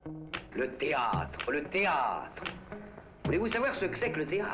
Le théâtre, le théâtre. Voulez-vous savoir ce que c'est que le théâtre ?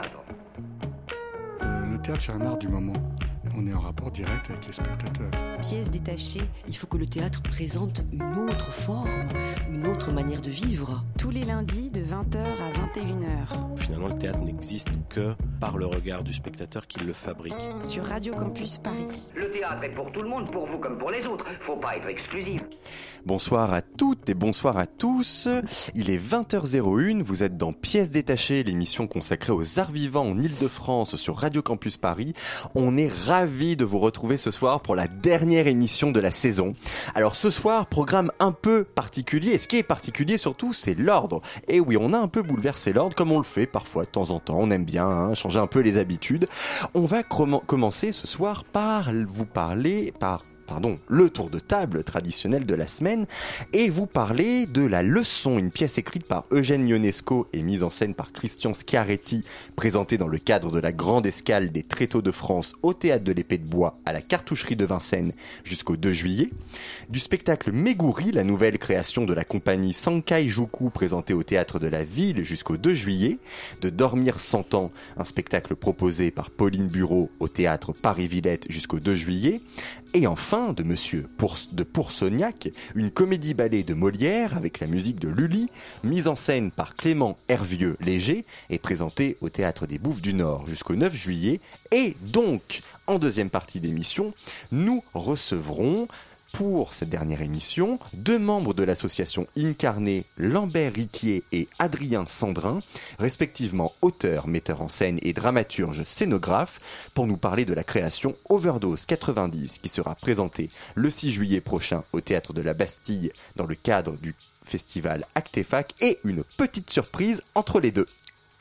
Le théâtre, c'est un art du moment. On est en rapport direct avec les spectateurs. Pièce détachée, il faut que le théâtre présente une autre forme, une autre manière de vivre. Tous les lundis de 20h à 21h. Finalement, le théâtre n'existe que par le regard du spectateur qui le fabrique. Sur Radio Campus Paris. Le théâtre est pour tout le monde, pour vous comme pour les autres. Faut pas être exclusif. Bonsoir à toutes et bonsoir à tous. Il est 20h01, vous êtes dans Pièces détachées, l'émission consacrée aux arts vivants en Ile-de-France sur Radio Campus Paris. On est ravis de vous retrouver ce soir pour la dernière émission de la saison. Alors ce soir, programme un peu particulier, et ce qui est particulier surtout, c'est l'ordre. Et oui, on a un peu bouleversé l'ordre, comme on le fait parfois de temps en temps, on aime bien changer un peu les habitudes. On va commencer ce soir par vous parler, le tour de table traditionnel de la semaine et vous parler de La Leçon, une pièce écrite par Eugène Ionesco et mise en scène par Christian Schiaretti, présentée dans le cadre de la grande escale des Tréteaux de France au Théâtre de l'Épée de Bois à la Cartoucherie de Vincennes jusqu'au 2 juillet, du spectacle Meguri, la nouvelle création de la compagnie Sankai Juku présentée au Théâtre de la Ville jusqu'au 2 juillet, de Dormir 100 ans, un spectacle proposé par Pauline Bureau au Théâtre Paris-Villette jusqu'au 2 juillet, et enfin, de Monsieur de Poursognac, une comédie-ballet de Molière avec la musique de Lully, mise en scène par Clément Hervieux-Léger et présentée au Théâtre des Bouffes du Nord jusqu'au 9 juillet. Et donc, en deuxième partie d'émission, nous recevrons pour cette dernière émission, 2 membres de l'association Incarné, Lambert Riquier et Adrien Sandrin, respectivement auteurs, metteurs en scène et dramaturges scénographes, pour nous parler de la création Overdose 90 qui sera présentée le 6 juillet prochain au Théâtre de la Bastille dans le cadre du festival Actefac et une petite surprise entre les deux.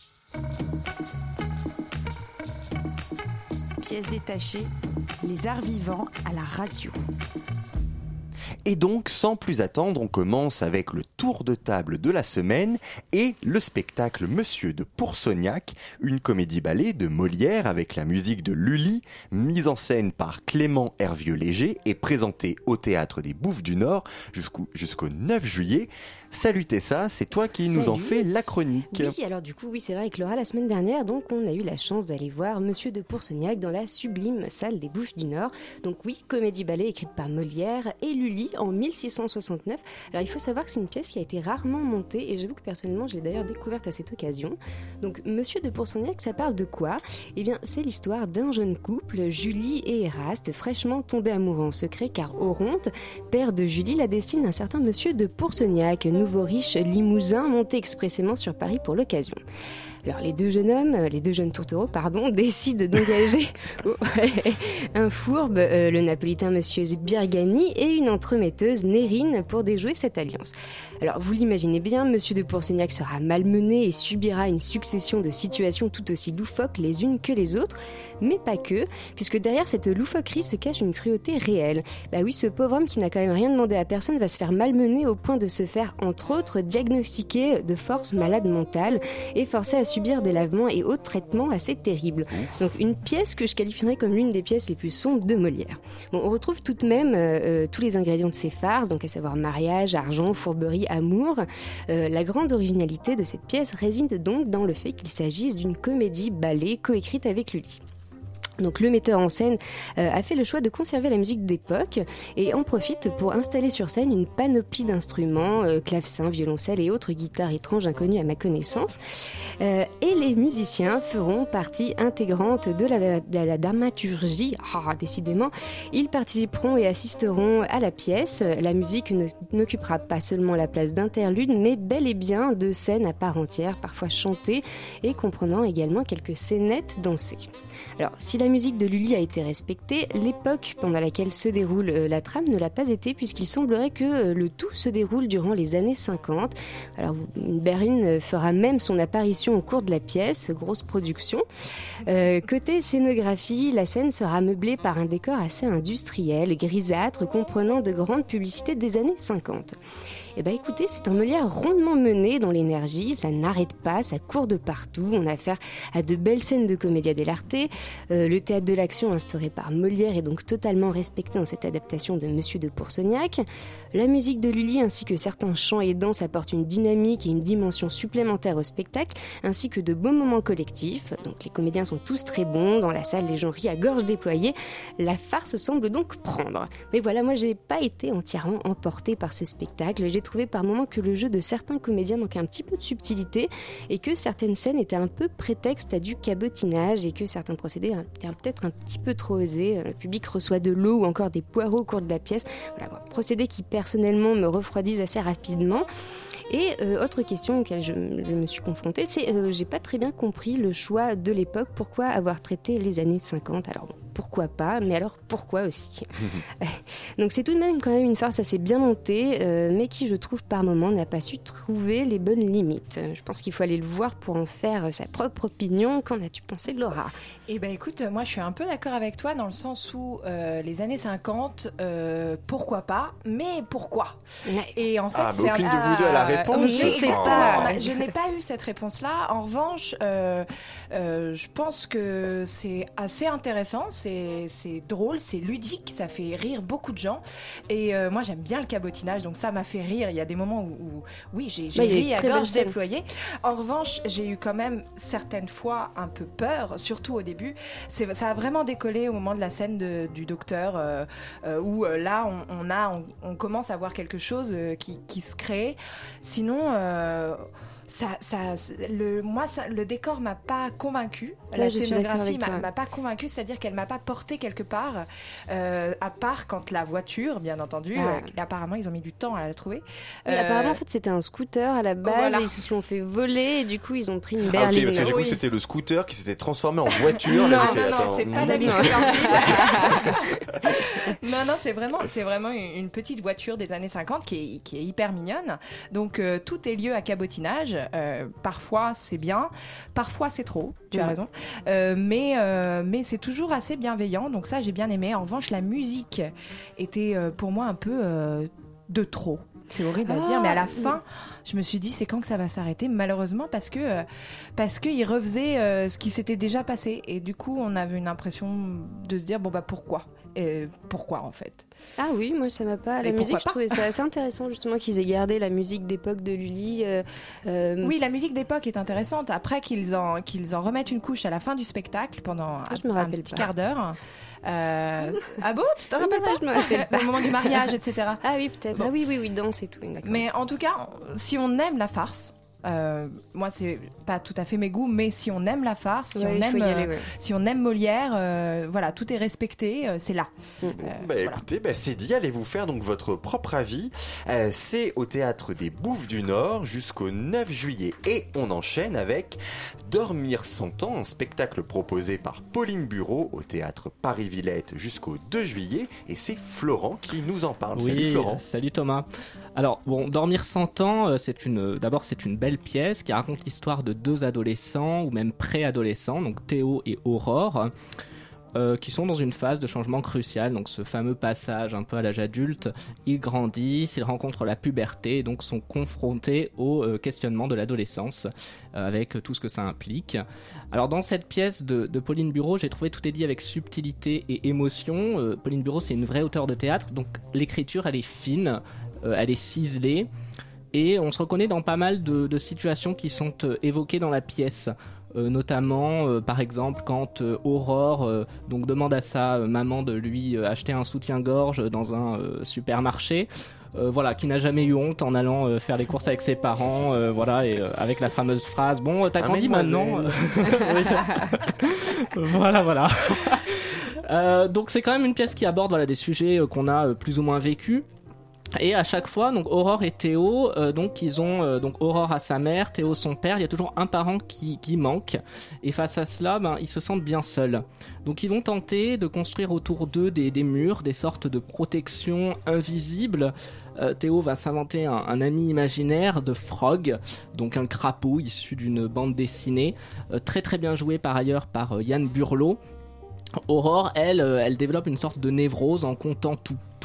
Pièces détachées, les arts vivants à la radio. Et donc, sans plus attendre, on commence avec le tour de table de la semaine et le spectacle Monsieur de Poursognac, une comédie-ballet de Molière avec la musique de Lully, mise en scène par Clément Hervieux-Léger et présentée au Théâtre des Bouffes du Nord jusqu'au 9 juillet. Salut Tessa, c'est toi qui nous en fais la chronique. Oui, alors du coup, oui, c'est vrai avec Laura, la semaine dernière, donc on a eu la chance d'aller voir Monsieur de Poursognac dans la sublime salle des Bouffes du Nord. Donc oui, comédie-ballet écrite par Molière et Lully en 1669. Alors il faut savoir que c'est une pièce qui a été rarement montée et j'avoue que personnellement, je l'ai d'ailleurs découverte à cette occasion. Donc Monsieur de Poursognac, ça parle de quoi ? Eh bien, c'est l'histoire d'un jeune couple, Julie et Éraste, fraîchement tombés amoureux en secret car Oronte, père de Julie, la destine à un certain Monsieur de Poursognac, nouveau riche limousin monté expressément sur Paris pour l'occasion. Alors les deux jeunes tourtereaux, décident d'engager un fourbe, le napolitain Monsieur Sbirgani, et une entremetteuse, Nérine, pour déjouer cette alliance. Alors vous l'imaginez bien, Monsieur de Poursognac sera malmené et subira une succession de situations tout aussi loufoques les unes que les autres, mais pas que, puisque derrière cette loufoquerie se cache une cruauté réelle. Bah oui, ce pauvre homme qui n'a quand même rien demandé à personne va se faire malmener au point de se faire, entre autres, diagnostiquer de force malade mentale et forcer à subir des lavements et autres traitements assez terribles. Donc une pièce que je qualifierais comme l'une des pièces les plus sombres de Molière. Bon, on retrouve tout de même tous les ingrédients de ces farces, donc à savoir mariage, argent, fourberie, amour. La grande originalité de cette pièce réside donc dans le fait qu'il s'agisse d'une comédie-ballet coécrite avec Lully. Donc le metteur en scène a fait le choix de conserver la musique d'époque et en profite pour installer sur scène une panoplie d'instruments, clavecin, violoncelle et autres guitares étranges inconnues à ma connaissance. Et les musiciens feront partie intégrante de la dramaturgie. Décidément, ils participeront et assisteront à la pièce. La musique n'occupera pas seulement la place d'interlude, mais bel et bien de scènes à part entière, parfois chantées et comprenant également quelques scénettes dansées. Alors, si la musique de Lully a été respectée, l'époque pendant laquelle se déroule la trame ne l'a pas été, puisqu'il semblerait que le tout se déroule durant les années 50. Alors, Berine fera même son apparition au cours de la pièce, grosse production. Côté scénographie, la scène sera meublée par un décor assez industriel, grisâtre, comprenant de grandes publicités des années 50. Eh bien écoutez, c'est un Molière rondement mené dans l'énergie, ça n'arrête pas, ça court de partout, on a affaire à de belles scènes de commedia dell'arte. Le théâtre de l'action instauré par Molière est donc totalement respecté dans cette adaptation de Monsieur de Pourceaugnac. La musique de Lully ainsi que certains chants et danses apportent une dynamique et une dimension supplémentaire au spectacle, ainsi que de beaux moments collectifs. Donc les comédiens sont tous très bons, dans la salle les gens rient à gorge déployée, la farce semble donc prendre. Mais voilà, moi j'ai pas été entièrement emportée par ce spectacle, j'ai trouvé par moments que le jeu de certains comédiens manquait un petit peu de subtilité et que certaines scènes étaient un peu prétexte à du cabotinage et que certains procédés étaient peut-être un petit peu trop osés. Le public reçoit de l'eau ou encore des poireaux au cours de la pièce. Voilà, procédés qui personnellement me refroidissent assez rapidement. Et autre question auquel je me suis confrontée, c'est j'ai pas très bien compris le choix de l'époque. Pourquoi avoir traité les années 50 ? Alors pourquoi pas, mais alors pourquoi aussi ? Donc c'est tout de même quand même une farce assez bien montée, mais qui je trouve par moments n'a pas su trouver les bonnes limites. Je pense qu'il faut aller le voir pour en faire sa propre opinion. Qu'en as-tu pensé, Laura ? Eh ben écoute, moi je suis un peu d'accord avec toi dans le sens où les années 50, pourquoi pas, mais pourquoi ? Et en fait, mais aucune de vous deux a la réponse. Je n'ai pas eu cette réponse-là. En revanche, je pense que c'est assez intéressant, c'est drôle, c'est ludique, ça fait rire beaucoup de gens. Et moi j'aime bien le cabotinage, donc ça m'a fait rire. Il y a des moments où oui, j'ai ri à gorge déployée. En revanche, j'ai eu quand même certaines fois un peu peur, surtout au début. Ça a vraiment décollé au moment de la scène du docteur, où là on commence à voir quelque chose qui se crée. Sinon, le décor m'a pas convaincu, la scénographie m'a pas convaincu, c'est-à-dire qu'elle m'a pas porté quelque part, à part quand la voiture, bien entendu, apparemment ils ont mis du temps à la trouver. Apparemment en fait c'était un scooter à la base, et ils se sont fait voler et du coup ils ont pris une berline. Ok, parce que j'ai cru que c'était le scooter qui s'était transformé en voiture. Non, c'est pas David Non, c'est vraiment une petite voiture des années 50 qui est hyper mignonne. Donc tout est lieu à cabotinage. Parfois c'est bien, parfois c'est trop, tu as raison, mais c'est toujours assez bienveillant, donc ça j'ai bien aimé. En revanche la musique était pour moi un peu de trop, c'est horrible à dire, mais à la fin je me suis dit c'est quand que ça va s'arrêter, malheureusement, parce que il refaisait ce qui s'était déjà passé, et du coup on avait une impression de se dire pourquoi en fait. Ah oui, moi ça m'a pas. La musique, je trouvais ça assez intéressant justement qu'ils aient gardé la musique d'époque de Lully. Oui, la musique d'époque est intéressante. Après qu'ils en remettent une couche à la fin du spectacle pendant un petit quart d'heure. Ah bon, tu t'en rappelles pas ? Je me rappelle pas. Au moment du mariage, etc. Ah oui, peut-être. Bon. Ah oui, danse et tout. D'accord. Mais en tout cas, si on aime la farce. Moi c'est pas tout à fait mes goûts, mais si on aime la farce, si on aime Molière, voilà, tout est respecté, c'est là. Écoutez, c'est dit, allez vous faire donc votre propre avis. C'est au théâtre des Bouffes du Nord jusqu'au 9 juillet, et on enchaîne avec Dormir 100 ans, un spectacle proposé par Pauline Bureau au théâtre Paris-Villette jusqu'au 2 juillet, et c'est Florent qui nous en parle. Oui, salut Florent. Salut Thomas. Alors, Dormir 100 ans, c'est une belle pièce qui raconte l'histoire de deux adolescents, ou même pré-adolescents, donc Théo et Aurore, qui sont dans une phase de changement crucial, donc ce fameux passage un peu à l'âge adulte. Ils grandissent, ils rencontrent la puberté, et donc sont confrontés au questionnement de l'adolescence, avec tout ce que ça implique. Alors dans cette pièce de Pauline Bureau, j'ai trouvé tout est dit avec subtilité et émotion. Pauline Bureau, c'est une vraie auteure de théâtre, donc l'écriture elle est fine, elle est ciselée, et on se reconnaît dans pas mal de situations qui sont évoquées dans la pièce, notamment par exemple quand Aurore donc demande à sa maman de lui acheter un soutien-gorge dans un supermarché, qui n'a jamais eu honte en allant faire les courses avec ses parents, et avec la fameuse phrase bon t'as grandi maintenant. voilà. Donc c'est quand même une pièce qui aborde des sujets qu'on a plus ou moins vécus. Et à chaque fois, donc Aurore et Théo, ils ont donc Aurore à sa mère, Théo son père. Il y a toujours un parent qui manque, et face à cela, ils se sentent bien seuls. Donc ils vont tenter de construire autour d'eux des murs, des sortes de protections invisibles. Théo va s'inventer un ami imaginaire de Frog, donc un crapaud issu d'une bande dessinée, très très bien joué par ailleurs par Yann Burlot. Aurore, elle développe une sorte de névrose en comptant tout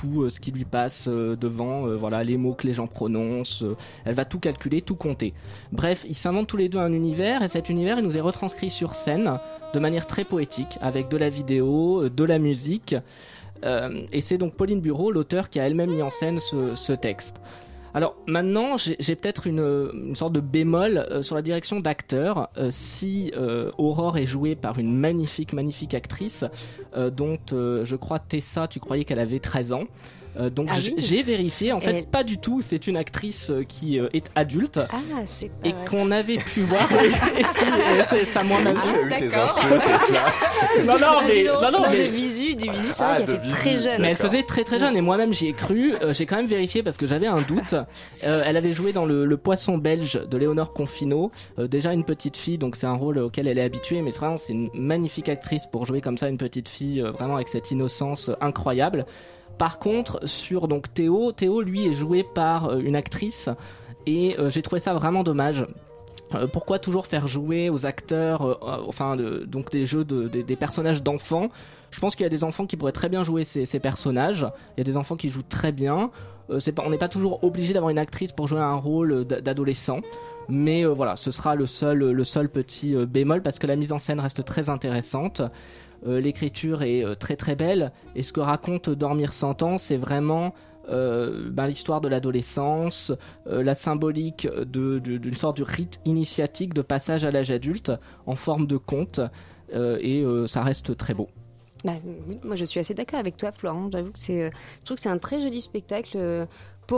tout ce qui lui passe devant, voilà, les mots que les gens prononcent, elle va tout calculer, tout compter. Bref, ils s'inventent tous les deux un univers, et cet univers, il nous est retranscrit sur scène de manière très poétique, avec de la vidéo, de la musique, et c'est donc Pauline Bureau, l'auteur, qui a elle-même mis en scène ce texte. Alors maintenant, j'ai peut-être une sorte de bémol sur la direction d'acteur. Si Aurore est jouée par une magnifique actrice, dont je crois Tessa, tu croyais qu'elle avait 13 ans. Donc j'ai vérifié, en fait pas du tout, c'est une actrice qui est adulte c'est pas et vrai. qu'on avait pu voir c'est ça moi-même. Tu as eu tes infos, Tessa. Non, de visu, c'est vrai qu'elle fait très jeune. Mais elle faisait très jeune et moi-même j'y ai cru. J'ai quand même vérifié parce que j'avais un doute. Elle avait joué dans le Poisson belge de Léonore Confino. Déjà une petite fille, donc c'est un rôle auquel elle est habituée, mais vraiment c'est une magnifique actrice pour jouer comme ça une petite fille, vraiment avec cette innocence incroyable. Par contre, sur donc Théo lui est joué par une actrice et j'ai trouvé ça vraiment dommage. Pourquoi toujours faire jouer aux acteurs, donc des jeux des personnages d'enfants? Je pense qu'il y a des enfants qui pourraient très bien jouer ces personnages. Il y a des enfants qui jouent très bien. On n'est pas toujours obligé d'avoir une actrice pour jouer un rôle d'adolescent. Mais voilà, ce sera le seul petit bémol parce que la mise en scène reste très intéressante. L'écriture est très très belle et ce que raconte Dormir 100 ans, c'est vraiment l'histoire de l'adolescence, la symbolique d'une sorte de rite initiatique de passage à l'âge adulte en forme de conte et ça reste très beau. Oui, moi je suis assez d'accord avec toi, Florent. J'avoue que je trouve que c'est un très joli spectacle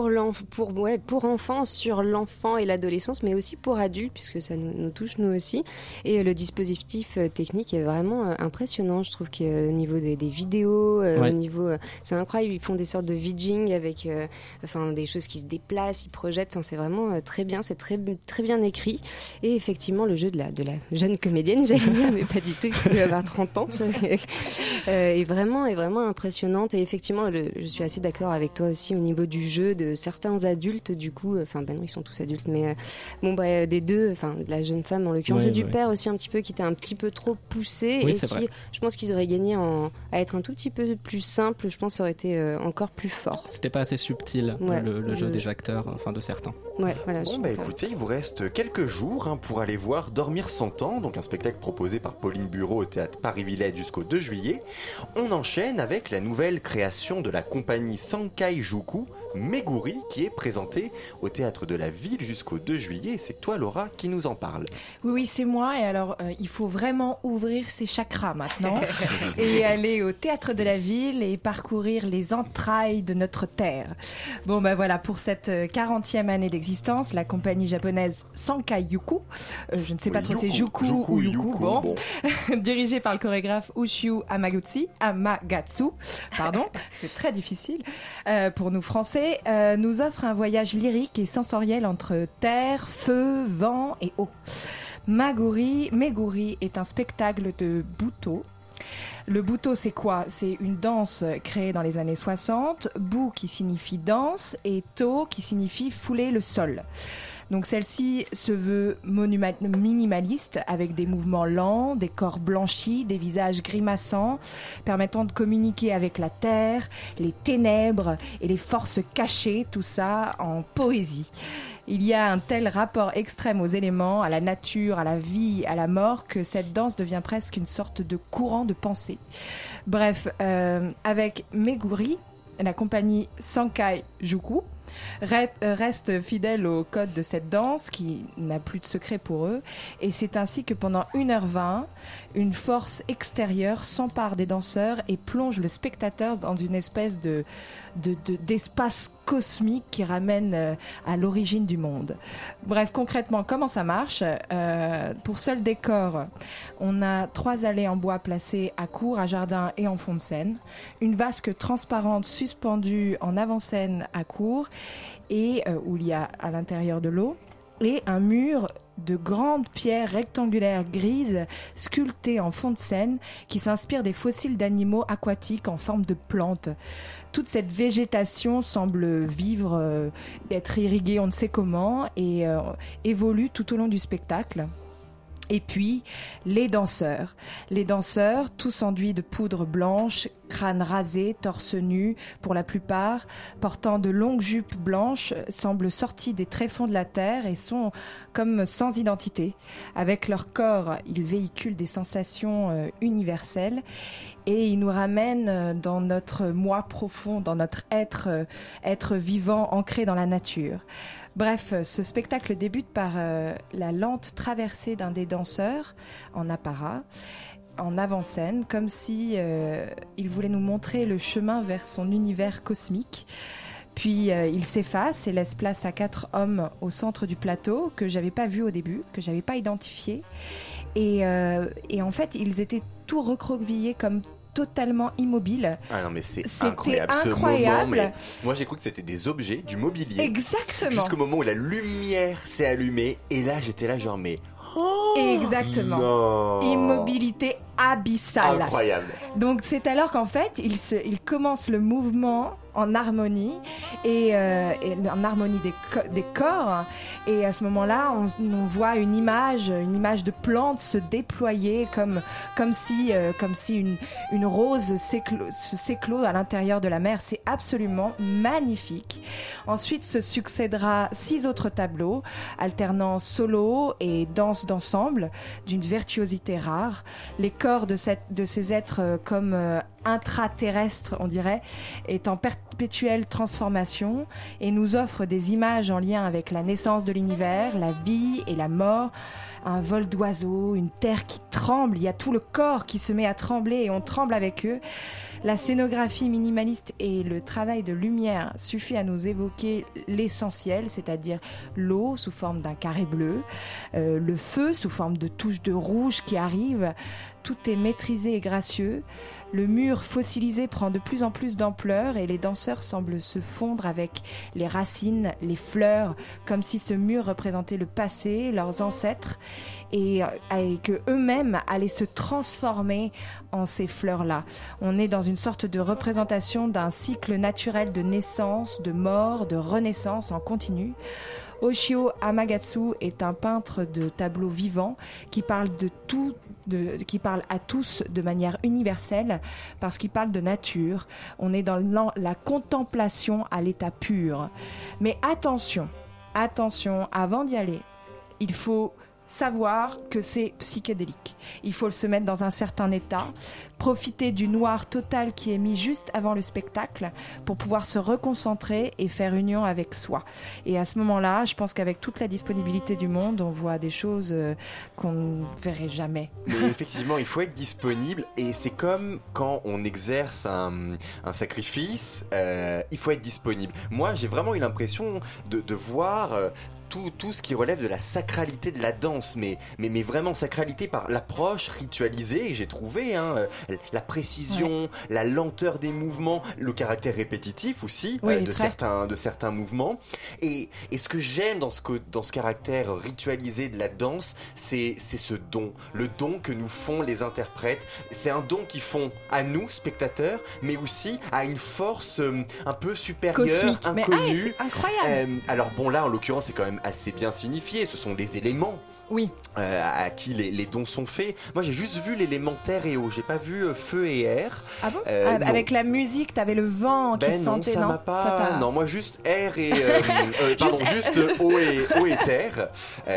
pour enfants, sur l'enfant et l'adolescence, mais aussi pour adultes, puisque ça nous touche nous aussi. Et le dispositif technique est vraiment impressionnant. Je trouve qu'au niveau des vidéos, au niveau, c'est incroyable. Ils font des sortes de vidging avec des choses qui se déplacent, ils projettent. C'est vraiment très bien, c'est très, très bien écrit. Et effectivement, le jeu de la jeune comédienne, j'allais dire, mais pas du tout, qui peut avoir 30 ans, est vraiment impressionnante. Et effectivement, je suis assez d'accord avec toi aussi au niveau du jeu de certains adultes, du coup, non, ils sont tous adultes, mais des deux, de la jeune femme en l'occurrence, et du père aussi un petit peu, qui était un petit peu trop poussé, et qui, je pense qu'ils auraient gagné à être un tout petit peu plus simple, je pense que ça aurait été encore plus fort. C'était pas assez subtil, le jeu des acteurs, de certains. Voilà, écoutez, il vous reste quelques jours pour aller voir Dormir 100 ans, donc un spectacle proposé par Pauline Bureau au théâtre Paris-Villette jusqu'au 2 juillet. On enchaîne avec la nouvelle création de la compagnie Sankai-Juku, Meguri, qui est présentée au théâtre de la Ville jusqu'au 2 juillet. C'est toi, Laura, qui nous en parle. Oui, c'est moi. Et alors, il faut vraiment ouvrir ses chakras maintenant et aller au théâtre de la Ville et parcourir les entrailles de notre terre. Bon, voilà, pour cette 40e année d'existence, la compagnie japonaise Sankai-Juku, je ne sais pas trop, c'est Juku ou Yuku, bon. Dirigée par le chorégraphe Ushio Amagatsu, pardon, c'est très difficile pour nous Français, nous offre un voyage lyrique et sensoriel entre terre, feu, vent et eau. Meguri est un spectacle de Buto. Le Buto, c'est quoi? C'est une danse créée dans les années 60, Bu qui signifie danse et To qui signifie fouler le sol. Donc celle-ci se veut minimaliste, avec des mouvements lents, des corps blanchis, des visages grimaçants, permettant de communiquer avec la terre, les ténèbres et les forces cachées, tout ça en poésie. Il y a un tel rapport extrême aux éléments, à la nature, à la vie, à la mort, que cette danse devient presque une sorte de courant de pensée. Bref, avec Meguri, la compagnie Sankai-Juku reste fidèle au code de cette danse qui n'a plus de secret pour eux, et c'est ainsi que pendant 1h20, une force extérieure s'empare des danseurs et plonge le spectateur dans une espèce d'espace cosmique qui ramène à l'origine du monde. Bref, concrètement, comment ça marche? Pour seul décor, on a 3 allées en bois placées à cour, à jardin et en fond de scène, une vasque transparente suspendue en avant-scène à cour et où il y a à l'intérieur de l'eau, et un mur de grandes pierres rectangulaires grises sculptées en fond de scène qui s'inspirent des fossiles d'animaux aquatiques en forme de plantes. Toute cette végétation semble vivre, être irriguée on ne sait comment, et évolue tout au long du spectacle. Et puis, les danseurs, tous enduits de poudre blanche, crâne rasé, torse nu pour la plupart, portant de longues jupes blanches, semblent sortis des tréfonds de la terre et sont comme sans identité. Avec leur corps, ils véhiculent des sensations universelles et ils nous ramènent dans notre moi profond, dans notre être vivant ancré dans la nature. Bref, ce spectacle débute par la lente traversée d'un des danseurs en apparat, en avant-scène, comme si il voulait nous montrer le chemin vers son univers cosmique. Puis il s'efface et laisse place à 4 hommes au centre du plateau que j'avais pas vu au début, que j'avais pas identifié. Et en fait, ils étaient tout recroquevillés comme totalement immobiles. Ah non mais c'était incroyable. Ce moment. Mais moi j'ai cru que c'était des objets, du mobilier. Exactement. Jusqu'au moment où la lumière s'est allumée et là j'étais là genre mais exactement. Non. Immobilité abyssale. Incroyable. Donc c'est alors qu'en fait il commence le mouvement en harmonie et en harmonie des corps, et à ce moment-là on voit une image de plante se déployer comme si une rose s'éclot à l'intérieur de la mer. C'est absolument magnifique. Ensuite se succédera 6 autres tableaux alternant solo et danse d'ensemble d'une virtuosité rare. Les corps de ces êtres comme intraterrestres, on dirait, est en perpétuelle transformation et nous offre des images en lien avec la naissance de l'univers, la vie et la mort, un vol d'oiseaux, une terre qui tremble, il y a tout le corps qui se met à trembler et on tremble avec eux. La scénographie minimaliste et le travail de lumière suffit à nous évoquer l'essentiel, c'est-à-dire l'eau sous forme d'un carré bleu, le feu sous forme de touches de rouge qui arrivent. Tout est maîtrisé et gracieux. Le mur fossilisé prend de plus en plus d'ampleur et les danseurs semblent se fondre avec les racines, les fleurs, comme si ce mur représentait le passé, leurs ancêtres, et que eux-mêmes allaient se transformer en ces fleurs-là. On est dans une sorte de représentation d'un cycle naturel de naissance, de mort, de renaissance en continu. Oshio Hamagatsu est un peintre de tableaux vivants qui parle qui parle à tous de manière universelle parce qu'il parle de nature. On est dans la contemplation à l'état pur. Mais attention, avant d'y aller, il faut savoir que c'est psychédélique. Il faut se mettre dans un certain état, profiter du noir total qui est mis juste avant le spectacle pour pouvoir se reconcentrer et faire union avec soi. Et à ce moment-là, je pense qu'avec toute la disponibilité du monde, on voit des choses qu'on ne verrait jamais. Mais effectivement, il faut être disponible et c'est comme quand on exerce un sacrifice, il faut être disponible. Moi, j'ai vraiment eu l'impression de voir tout ce qui relève de la sacralité de la danse, mais vraiment sacralité par l'approche ritualisée, j'ai trouvé, la précision, la lenteur des mouvements, le caractère répétitif aussi de certains mouvements. Et ce que j'aime dans ce caractère ritualisé de la danse, c'est ce don, le don que nous font les interprètes. C'est un don qu'ils font à nous, spectateurs, mais aussi à une force un peu supérieure, cosmique, inconnue. C'est incroyable. Alors bon, là en l'occurrence c'est quand même assez bien signifié, ce sont les éléments. Oui. À qui les dons sont faits. Moi j'ai juste vu l'élément terre et eau, j'ai pas vu feu et air. Ah bon avec la musique, t'avais le vent qui se sentait, ça m'a pas. Non, moi juste air et juste eau et terre.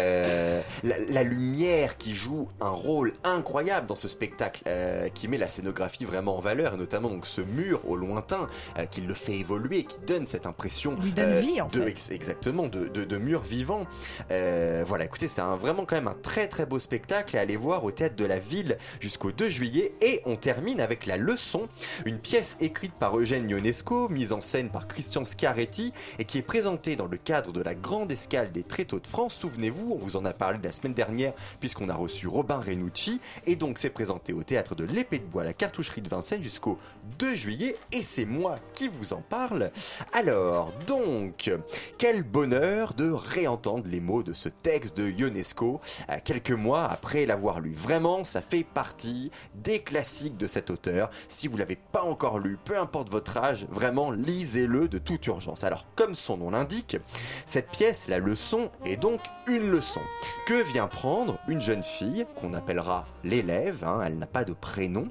La lumière qui joue un rôle incroyable dans ce spectacle, qui met la scénographie vraiment en valeur, et notamment donc ce mur au lointain qui le fait évoluer, qui donne cette impression lui donne vie en fait. Exactement, de mur vivant. Voilà, écoutez, c'est vraiment quand même un très très beau spectacle à aller voir au Théâtre de la Ville jusqu'au 2 juillet. Et on termine avec La Leçon, une pièce écrite par Eugène Ionesco, mise en scène par Christian Scaretti et qui est présentée dans le cadre de la Grande Escale des Tréteaux de France. Souvenez-vous, on vous en a parlé la semaine dernière puisqu'on a reçu Robin Renucci, et donc c'est présenté au Théâtre de l'Épée de Bois, la Cartoucherie de Vincennes jusqu'au 2 juillet, et c'est moi qui vous en parle. Alors donc, quel bonheur de réentendre les mots de ce texte de Ionesco. bientôt, quelques mois après l'avoir lu. Vraiment, ça fait partie des classiques de cet auteur. Si vous l'avez pas encore lu, peu importe votre âge, vraiment lisez-le de toute urgence. Alors, comme son nom l'indique, cette pièce, La Leçon, est donc une leçon que vient prendre une jeune fille qu'on appellera l'élève, elle n'a pas de prénom,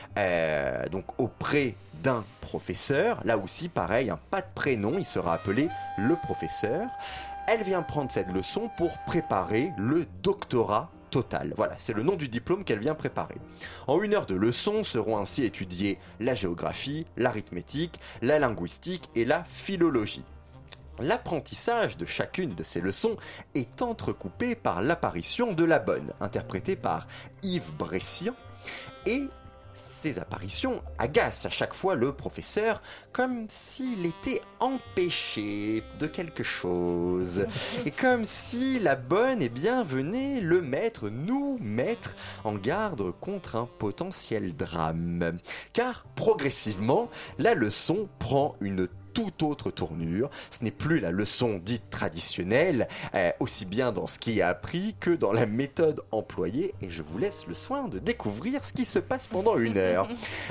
donc auprès d'un professeur. Là aussi, pareil, pas de prénom, il sera appelé le professeur. Elle vient prendre cette leçon pour préparer le doctorat total. Voilà, c'est le nom du diplôme qu'elle vient préparer. En 1 heure de leçon seront ainsi étudiées la géographie, l'arithmétique, la linguistique et la philologie. L'apprentissage de chacune de ces leçons est entrecoupé par l'apparition de la bonne, interprétée par Yves Bressian, et ces apparitions agacent à chaque fois le professeur comme s'il était empêché de quelque chose et comme si la bonne venait nous mettre en garde contre un potentiel drame. Car progressivement, la leçon prend une toute autre tournure. Ce n'est plus la leçon dite traditionnelle, aussi bien dans ce qui est appris que dans la méthode employée, et je vous laisse le soin de découvrir ce qui se passe pendant 1 heure.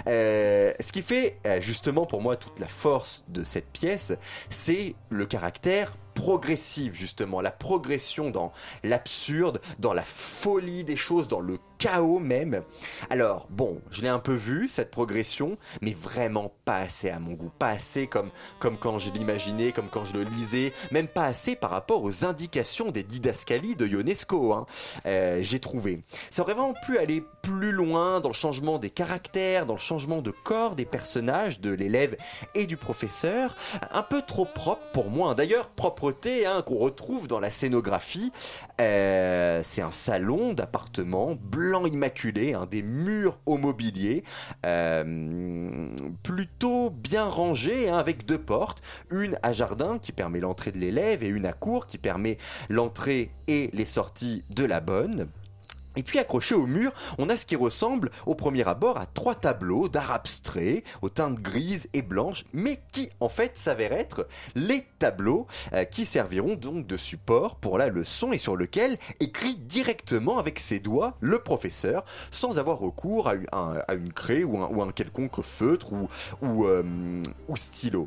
Ce qui fait justement pour moi toute la force de cette pièce, c'est le caractère progressive, justement, la progression dans l'absurde, dans la folie des choses, dans le chaos même. Alors, bon, je l'ai un peu vu, cette progression, mais vraiment pas assez à mon goût, pas assez comme quand je l'imaginais, comme quand je le lisais, même pas assez par rapport aux indications des didascalies de Ionesco, j'ai trouvé. Ça aurait vraiment pu aller plus loin dans le changement des caractères, dans le changement de corps des personnages, de l'élève et du professeur, un peu trop propre pour moi. D'ailleurs, propreté qu'on retrouve dans la scénographie, c'est un salon d'appartement blanc immaculé, des murs au mobilier, plutôt bien rangés, avec 2 portes, une à jardin qui permet l'entrée de l'élève et une à cour qui permet l'entrée et les sorties de la bonne. Et puis accroché au mur, on a ce qui ressemble au premier abord à 3 tableaux d'art abstrait aux teintes grises et blanches, mais qui en fait s'avèrent être les tableaux qui serviront donc de support pour la leçon et sur lequel écrit directement avec ses doigts le professeur sans avoir recours à une craie ou un quelconque feutre ou stylo.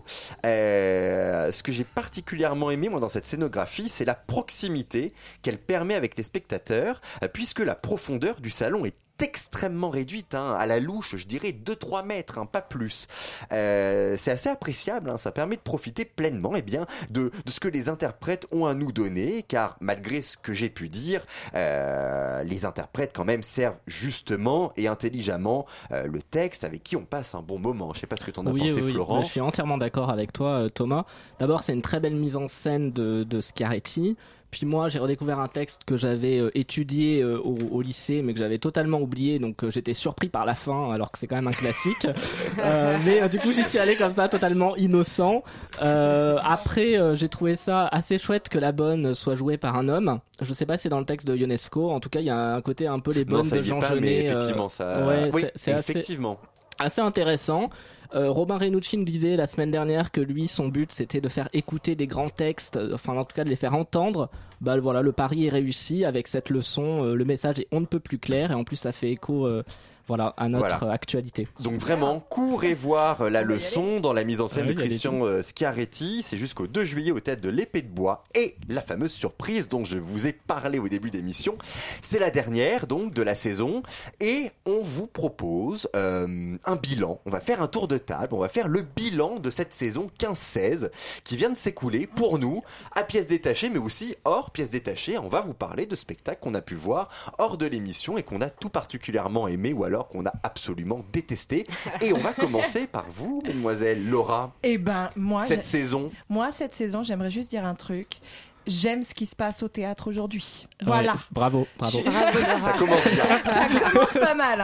Ce que j'ai particulièrement aimé moi dans cette scénographie, c'est la proximité qu'elle permet avec les spectateurs, puisque la profondeur du salon est extrêmement réduite, à la louche, je dirais 2-3 mètres, pas plus. C'est assez appréciable, ça permet de profiter pleinement de ce que les interprètes ont à nous donner, car malgré ce que j'ai pu dire, les interprètes quand même servent justement et intelligemment le texte avec qui on passe un bon moment. Je sais pas ce que t'en as pensé, Florent. Je suis entièrement d'accord avec toi, Thomas. D'abord, c'est une très belle mise en scène de Schiaretti. Puis moi, j'ai redécouvert un texte que j'avais étudié au lycée, mais que j'avais totalement oublié, donc j'étais surpris par la fin, alors que c'est quand même un classique. Mais du coup, j'y suis allé comme ça, totalement innocent. Après, j'ai trouvé ça assez chouette que la bonne soit jouée par un homme. Je sais pas si c'est dans le texte de Ionesco. En tout cas, il y a un côté un peu les bonnes de Jean Genet. Mais effectivement, ça. Ouais, oui, c'est effectivement. Assez intéressant. Robin Renucci nous disait la semaine dernière que lui, son but, c'était de faire écouter des grands textes, enfin en tout cas de les faire entendre. Voilà, le pari est réussi avec cette leçon. Le message est on ne peut plus clair et en plus ça fait écho à notre actualité. Donc vraiment, courez voir la leçon dans la mise en scène de Christian Schiaretti. C'est jusqu'au 2 juillet au Théâtre de l'Épée de Bois. Et la fameuse surprise dont je vous ai parlé au début d'émission, c'est la dernière donc de la saison. Et on vous propose un bilan. On va faire un tour de table. On va faire le bilan de cette saison 15-16 qui vient de s'écouler pour nous à pièces détachées, mais aussi hors pièces détachées. On va vous parler de spectacles qu'on a pu voir hors de l'émission et qu'on a tout particulièrement aimé ou alors qu'on a absolument détesté. Et on va commencer par vous, mademoiselle Laura. Cette saison, j'aimerais juste dire un truc. J'aime ce qui se passe au théâtre aujourd'hui. Voilà. Bravo. Ça commence bien. Ça commence pas mal.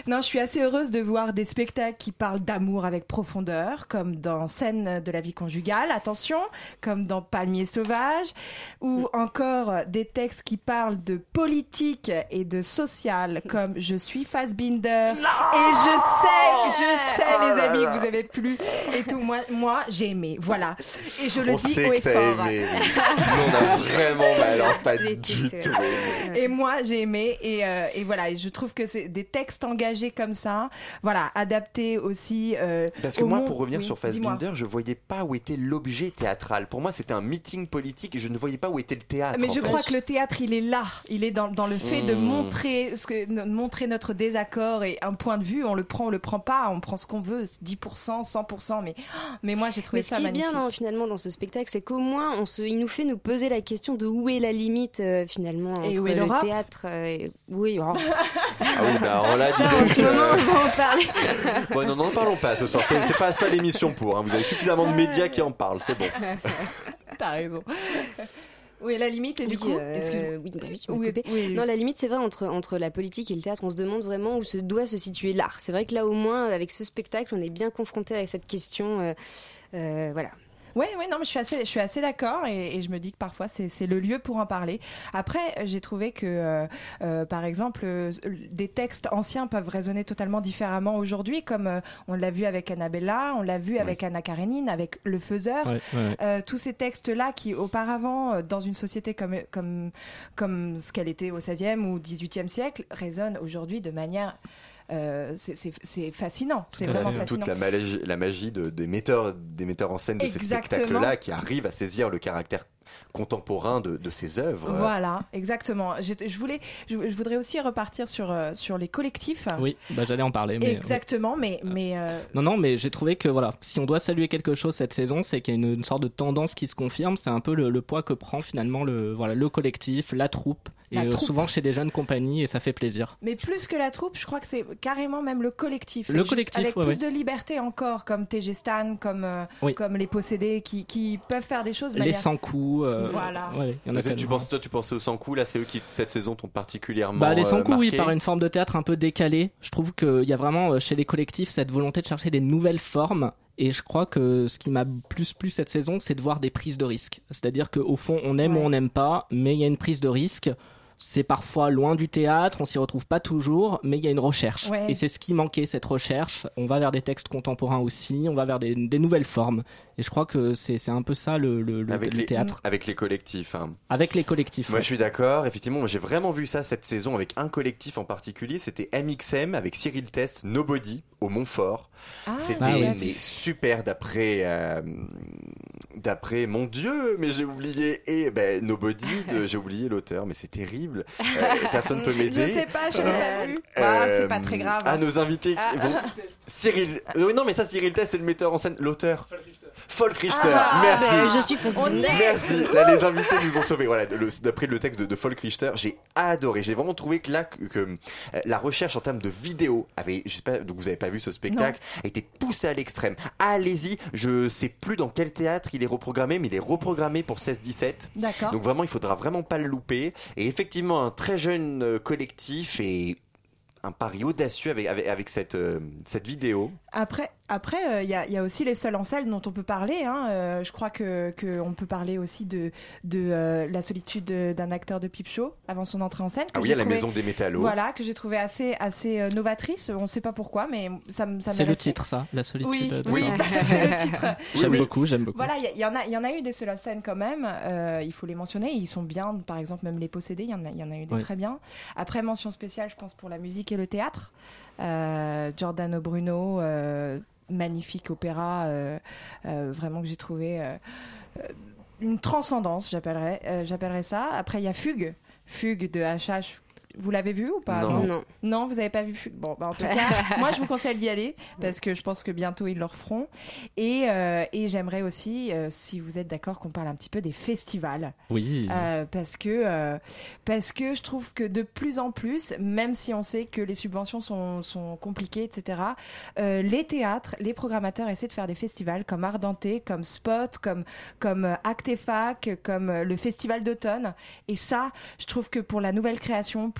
Non, je suis assez heureuse de voir des spectacles qui parlent d'amour avec profondeur, comme dans Scène de la vie conjugale, attention, comme dans Palmier sauvage, ou encore des textes qui parlent de politique et de social, comme Je suis Fassbinder. Et je sais, les amis, que vous avez plu et tout. Moi, j'ai aimé, voilà. Et je le dis haut et fort. Aimé. Nous, on a vraiment, alors pas du tout aimé. Et moi, j'ai aimé, et voilà, et je trouve que c'est des textes engagés comme ça, voilà, adaptés aussi. Parce que moi, pour revenir oui, sur Fassbinder, je voyais pas où était l'objet théâtral. Pour moi, c'était un meeting politique et je ne voyais pas où était le théâtre. Mais je crois que le théâtre, il est là. Il est dans le fait de montrer notre désaccord et un point de vue. On le prend pas, on prend ce qu'on veut, 10%, 100%. Mais moi, j'ai trouvé ça magnifique. Ce qui est bien finalement dans ce spectacle, c'est qu'au moins, il nous fait nous poser la question de où est la limite finalement entre le théâtre. Oui, ah oui, bah alors là, ça, en ce moment, on va en parler. Bon, non, n'en parlons pas ce soir. C'est pas l'émission pour. Hein. Vous avez suffisamment de médias qui en parlent, c'est bon. T'as raison. Oui, la limite, et du coup, non, la limite, c'est vrai, entre la politique et le théâtre, on se demande vraiment où doit se situer l'art. C'est vrai que là, au moins, avec ce spectacle, on est bien confronté avec cette question. Voilà. Oui, non, mais je suis assez d'accord et je me dis que parfois c'est le lieu pour en parler. Après, j'ai trouvé que, par exemple, des textes anciens peuvent résonner totalement différemment aujourd'hui, comme on l'a vu avec Annabella, on l'a vu avec Anna Karénine, avec Le Faiseur. Tous ces textes-là qui, auparavant, dans une société comme ce qu'elle était au XVIe ou XVIIIe siècle, résonnent aujourd'hui de manière... c'est fascinant, c'est vraiment fascinant. Toute la magie des metteurs en scène de ces spectacles-là qui arrivent à saisir le caractère contemporain de ces œuvres. Voilà, exactement. Je voudrais aussi repartir sur les collectifs. Oui, j'allais en parler. Mais, exactement, mais Non, mais j'ai trouvé que voilà, si on doit saluer quelque chose cette saison, c'est qu'il y a une sorte de tendance qui se confirme. C'est un peu le poids que prend finalement le collectif, la troupe. Et souvent chez des jeunes compagnies, et ça fait plaisir. Mais plus que la troupe, je crois que c'est carrément même le collectif. Le collectif, avec plus de liberté encore, comme TG Stan, comme Les Possédés, qui peuvent faire des choses. Les sans coups. Voilà. Tu pensais aux sans coups, là, c'est eux qui, cette saison, t'ont particulièrement les sans coups, marqué. oui, par une forme de théâtre un peu décalée. Je trouve qu'il y a vraiment, chez les collectifs, cette volonté de chercher des nouvelles formes. Et je crois que ce qui m'a plus plu cette saison, c'est de voir des prises de risques. C'est-à-dire qu'au fond, on aime ou on n'aime pas, mais il y a une prise de risque. C'est parfois loin du théâtre, on s'y retrouve pas toujours, mais il y a une recherche. Et c'est ce qui manquait, cette recherche. On va vers des textes contemporains aussi, on va vers des nouvelles formes. Et je crois que c'est un peu ça le théâtre. Avec les collectifs. Hein. Avec les collectifs. Moi, je suis d'accord. Effectivement, moi, j'ai vraiment vu ça cette saison avec un collectif en particulier. C'était MXM avec Cyril Test, Nobody, au Montfort. C'était super d'après mon Dieu, mais j'ai oublié Nobody, j'ai oublié l'auteur, mais c'est terrible. Personne peut m'aider. Je sais pas, je l'ai pas vu. C'est pas très grave. Nos invités Cyril. Non, mais ça, Cyril Test, c'est le metteur en scène, l'auteur. Folk Richter, merci. Je suis merci. Là, les invités nous ont sauvés. Voilà, d'après le texte de Folk Richter, j'ai adoré. J'ai vraiment trouvé que la recherche en termes de vidéo je sais pas, donc vous avez pas vu ce spectacle, a été poussée à l'extrême. Allez-y, je sais plus dans quel théâtre il est reprogrammé, mais il est reprogrammé pour 16-17. D'accord. Donc vraiment, il faudra vraiment pas le louper. Et effectivement, un très jeune collectif et un pari audacieux avec cette vidéo. Après, il y a aussi les seuls en scène dont on peut parler. Je crois que on peut parler aussi de la solitude d'un acteur de Peep Show avant son entrée en scène. Ah oui, à la Maison des Métallos. Voilà, que j'ai trouvé assez novatrice. On ne sait pas pourquoi, mais ça c'est le titre, ça, la solitude. Oui, c'est le titre. J'aime beaucoup. Voilà, il y en a eu des seuls en scène quand même. Il faut les mentionner. Ils sont bien. Par exemple, même Les Possédés, il y en a eu des très bien. Après, mention spéciale, je pense, pour la musique et le théâtre. Giordano Bruno, magnifique opéra, vraiment que j'ai trouvé une transcendance, j'appellerais ça. Après, il y a Fugue de HH. Vous l'avez vu ou pas? Non, vous n'avez pas vu Fugue. Bon, en tout cas, moi, je vous conseille d'y aller parce que je pense que bientôt ils le referont. Et j'aimerais aussi, si vous êtes d'accord, qu'on parle un petit peu des festivals. Oui. Parce que je trouve que de plus en plus, même si on sait que les subventions sont compliquées, etc., les théâtres, les programmateurs essaient de faire des festivals comme Ardente, comme Spot, comme Actefac, comme le Festival d'automne. Et ça, je trouve que pour la nouvelle création,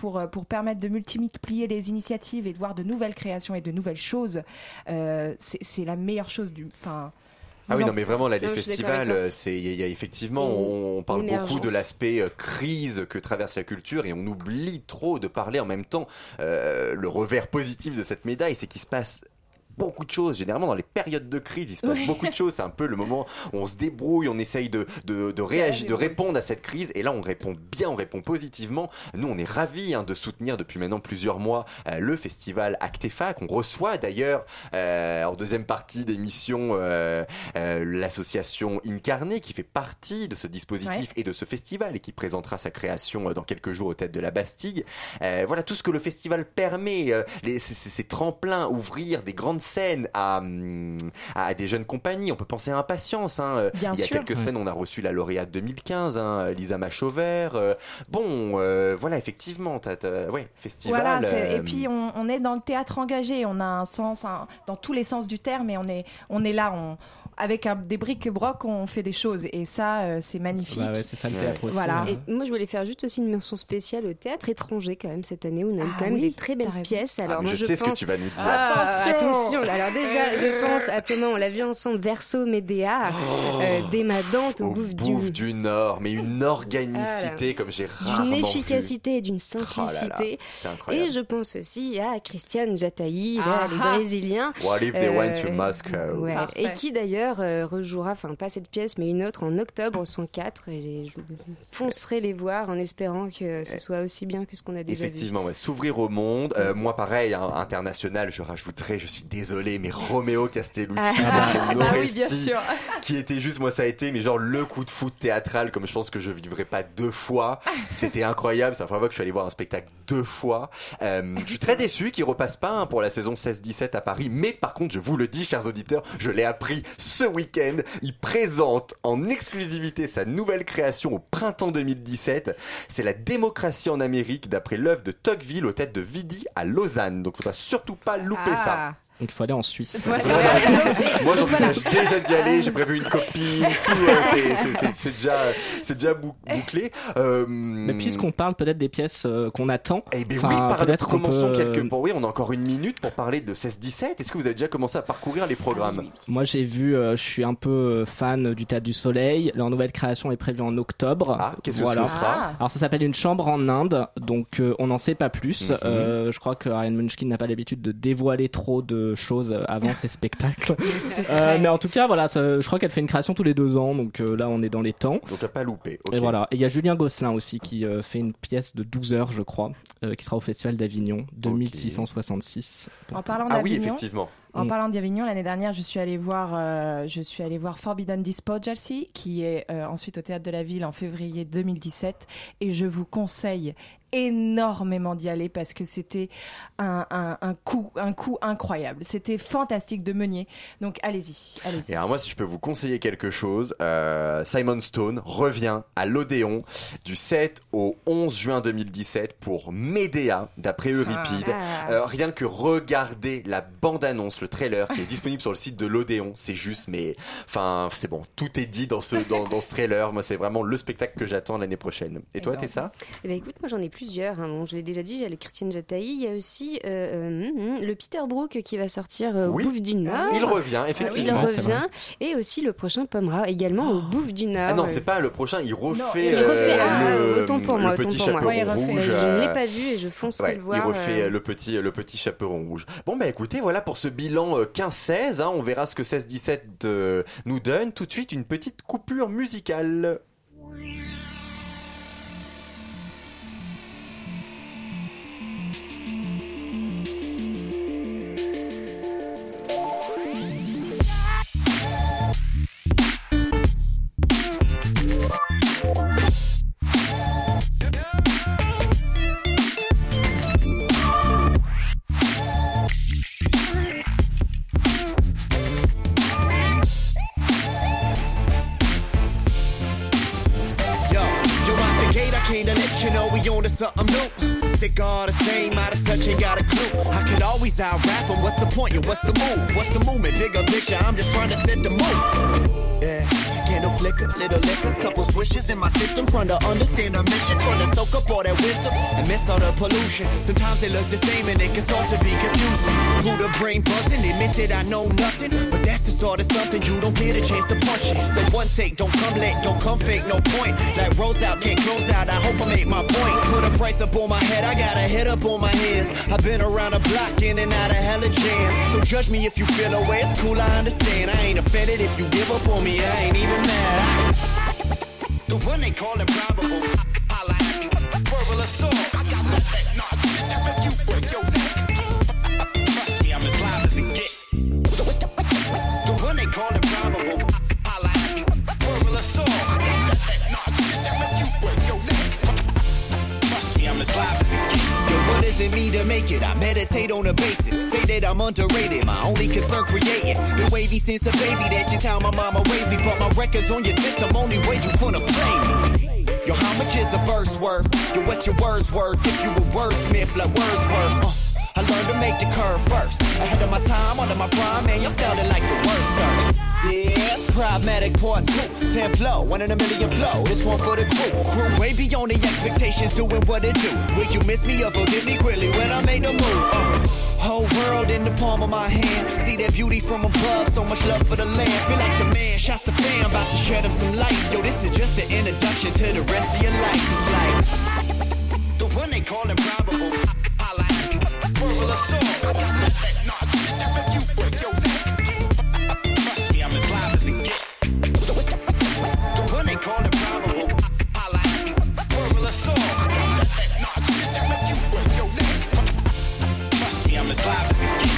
pour permettre de multiplier les initiatives et de voir de nouvelles créations et de nouvelles choses, c'est la meilleure chose Ah oui, non, mais vraiment, là, les festivals, il y a effectivement, on parle beaucoup de l'aspect crise que traverse la culture et on oublie trop de parler en même temps. Le revers positif de cette médaille, c'est qu'il se passe beaucoup de choses. Généralement, dans les périodes de crise, il se passe beaucoup de choses. C'est un peu le moment où on se débrouille, on essaye de réagir, de répondre à cette crise. Et là, on répond bien, on répond positivement. Nous, on est ravis de soutenir depuis maintenant plusieurs mois le festival Actefac. On reçoit d'ailleurs, en deuxième partie d'émission, l'association Incarné qui fait partie de ce dispositif et de ce festival et qui présentera sa création dans quelques jours aux Têtes de la Bastille. Voilà tout ce que le festival permet, ces tremplins, ouvrir des grandes scène à des jeunes compagnies. On peut penser à Impatience. Il y a quelques semaines, on a reçu la lauréate 2015, Lisa Machauvert. Voilà, effectivement, festival. Voilà, et puis on est dans le théâtre engagé. On a un sens, dans tous les sens du terme, et on est là. Avec des bric-broc, on fait des choses et ça, c'est magnifique. Ouais, c'est ça le théâtre aussi. Voilà. Et moi, je voulais faire juste aussi une mention spéciale au théâtre étranger quand même cette année où on a eu quand même des très belles pièces. Alors moi, je sais ce que tu vas nous dire. Attention. Alors déjà, je pense à Thomas, on l'a vu ensemble, Verso Médéa, d'Emma Dante au Bouffe du Nord, mais une organicité comme j'ai rarement vu. D'une efficacité et d'une simplicité. C'est incroyable. Et je pense aussi à Christiane Jataï, les Brésiliens. What if they went to Moscow? Ouais. Et qui d'ailleurs rejouera, enfin pas cette pièce mais une autre en octobre 104 et je foncerai les voir en espérant que ce soit aussi bien que ce qu'on a déjà Effectivement, vu. S'ouvrir au monde. Moi pareil, international, je rajouterais, je suis désolé, mais Roméo Castellucci qui était juste, moi ça a été mais genre le coup de foot théâtral comme je pense que je vivrai pas deux fois. C'était incroyable, c'est la première fois que je suis allé voir un spectacle deux fois. Je suis très déçu qu'il repasse pas pour la saison 16-17 à Paris, mais par contre je vous le dis chers auditeurs, je l'ai appris ce week-end, il présente en exclusivité sa nouvelle création au printemps 2017. C'est La démocratie en Amérique d'après l'œuvre de Tocqueville aux Têtes de Vidi à Lausanne. Donc faudra surtout pas louper ça. Donc il faut aller en Suisse. Moi j'envisage déjà d'y aller, j'ai prévu une copine, tout, c'est déjà bouclé. Mais puisqu'on parle peut-être des pièces qu'on attend, peut-être commençons Oui, on a encore une minute pour parler de 16-17. Est-ce que vous avez déjà commencé à parcourir les programmes? Moi j'ai vu, je suis un peu fan du Théâtre du Soleil. Leur nouvelle création est prévue en octobre. Qu'est-ce que ce sera? Alors ça s'appelle Une chambre en Inde, donc on n'en sait pas plus. Je crois que Ariane Munchkin n'a pas l'habitude de dévoiler trop de choses avant ses spectacles. Mais en tout cas, voilà, je crois qu'elle fait une création tous les 2 ans, donc là on est dans les temps. Donc à pas louper. Okay. Et voilà. Et il y a Julien Gosselin aussi qui fait une pièce de 12 heures, je crois, qui sera au Festival d'Avignon, 2666. En parlant d'Avignon. Oui, effectivement. En parlant d'Avignon, l'année dernière, je suis allée voir Forbidden Dispojalcy, qui est ensuite au Théâtre de la Ville en février 2017, et je vous conseille énormément d'y aller parce que c'était un coup incroyable. C'était fantastique de Meunier. Donc allez-y. Et alors moi, si je peux vous conseiller quelque chose, Simon Stone revient à l'Odéon du 7 au 11 juin 2017 pour Médéa d'après Euripide. Rien que regarder la bande-annonce, le trailer qui est disponible sur le site de l'Odéon, c'est juste, mais enfin c'est bon, tout est dit dans ce trailer. Moi, c'est vraiment le spectacle que j'attends l'année prochaine. Et toi, Tessa? Écoute, moi j'en ai plusieurs. Bon, je l'ai déjà dit, il y a le Christiane Jataï, il y a aussi le Peter Brook qui va sortir au Bouffe du Nord. Il revient, effectivement. Il revient. Et aussi le prochain Pommera, également au Bouffe du Nord. Ah non, c'est pas le prochain, il refait, autant pour moi, le petit chaperon rouge. Je ne l'ai pas vu et je foncerai le voir. Il refait le petit chaperon rouge. Bon, bah écoutez, voilà pour ce bilan 15-16. On verra ce que 16-17 nous donne. Tout de suite, une petite coupure musicale. Something new, sick all the same, out of touch, ain't got a clue. I could always out-rap them, what's the point, yeah, what's the move? What's the movement, bigger picture, I'm just trying to set the mood. Yeah, candle flicker, little liquor, couple swishes in my system, trying to understand the mission, trying to soak up all that wisdom and miss all the pollution. Sometimes they look the same and it can start to be confusing. Who the brain buzzing, admit that I know nothing, but that's the start of something you don't get a chance to punch it. So one take, don't come late, don't come fake, no point. Like Rose out, can't close out, I hope I make my point. Put a price up on my head, I got a head up on my hands. I've been around the block, in and out of hella jams. So judge me if you feel away, it's cool, I understand. I ain't offended if you give up on me, I ain't even mad. The one they call improbable, holla at me, verbal assault. I got that knock, shit that make you break your neck. Trust me, I'm as live as it gets. The one they call improbable, holla at me, verbal assault. I got that knock, shit that make you break your neck. Trust me, I'm as live as it gets. Yo, what does it mean to make it? I meditate on a basis. Say that I'm underrated, my only concern creating. Been wavy since a baby, that's just how my mama raised me. But my records on your system, only way you wanna play me. Yo, how much is a verse worth? Yo, what your words worth? If you a wordsmith like Wordsworth, I learned to make the curve first. Ahead of my time, under my prime, man, y'all sounding like the worst first. Yeah, Pragmatic Part 2, 10 flow, 1 in a million flow. This one for the crew way beyond the expectations, doing what it do. Will you miss me or forgive me quickly when I make the move? Whole world in the palm of my hand. See that beauty from above, so much love for the land. Feel like the man, shots the fan, about to shed him some light. Yo, this is just the introduction to the rest of your life. It's like the one they call improbable. Holla at me, verbal assault. I got that knock, shit that make you break your neck. Trust me, I'm as live as it gets. The one they call improbable. Holla at me, verbal assault. I got that knock, shit that make you break your neck. Trust me, I'm as live as it gets.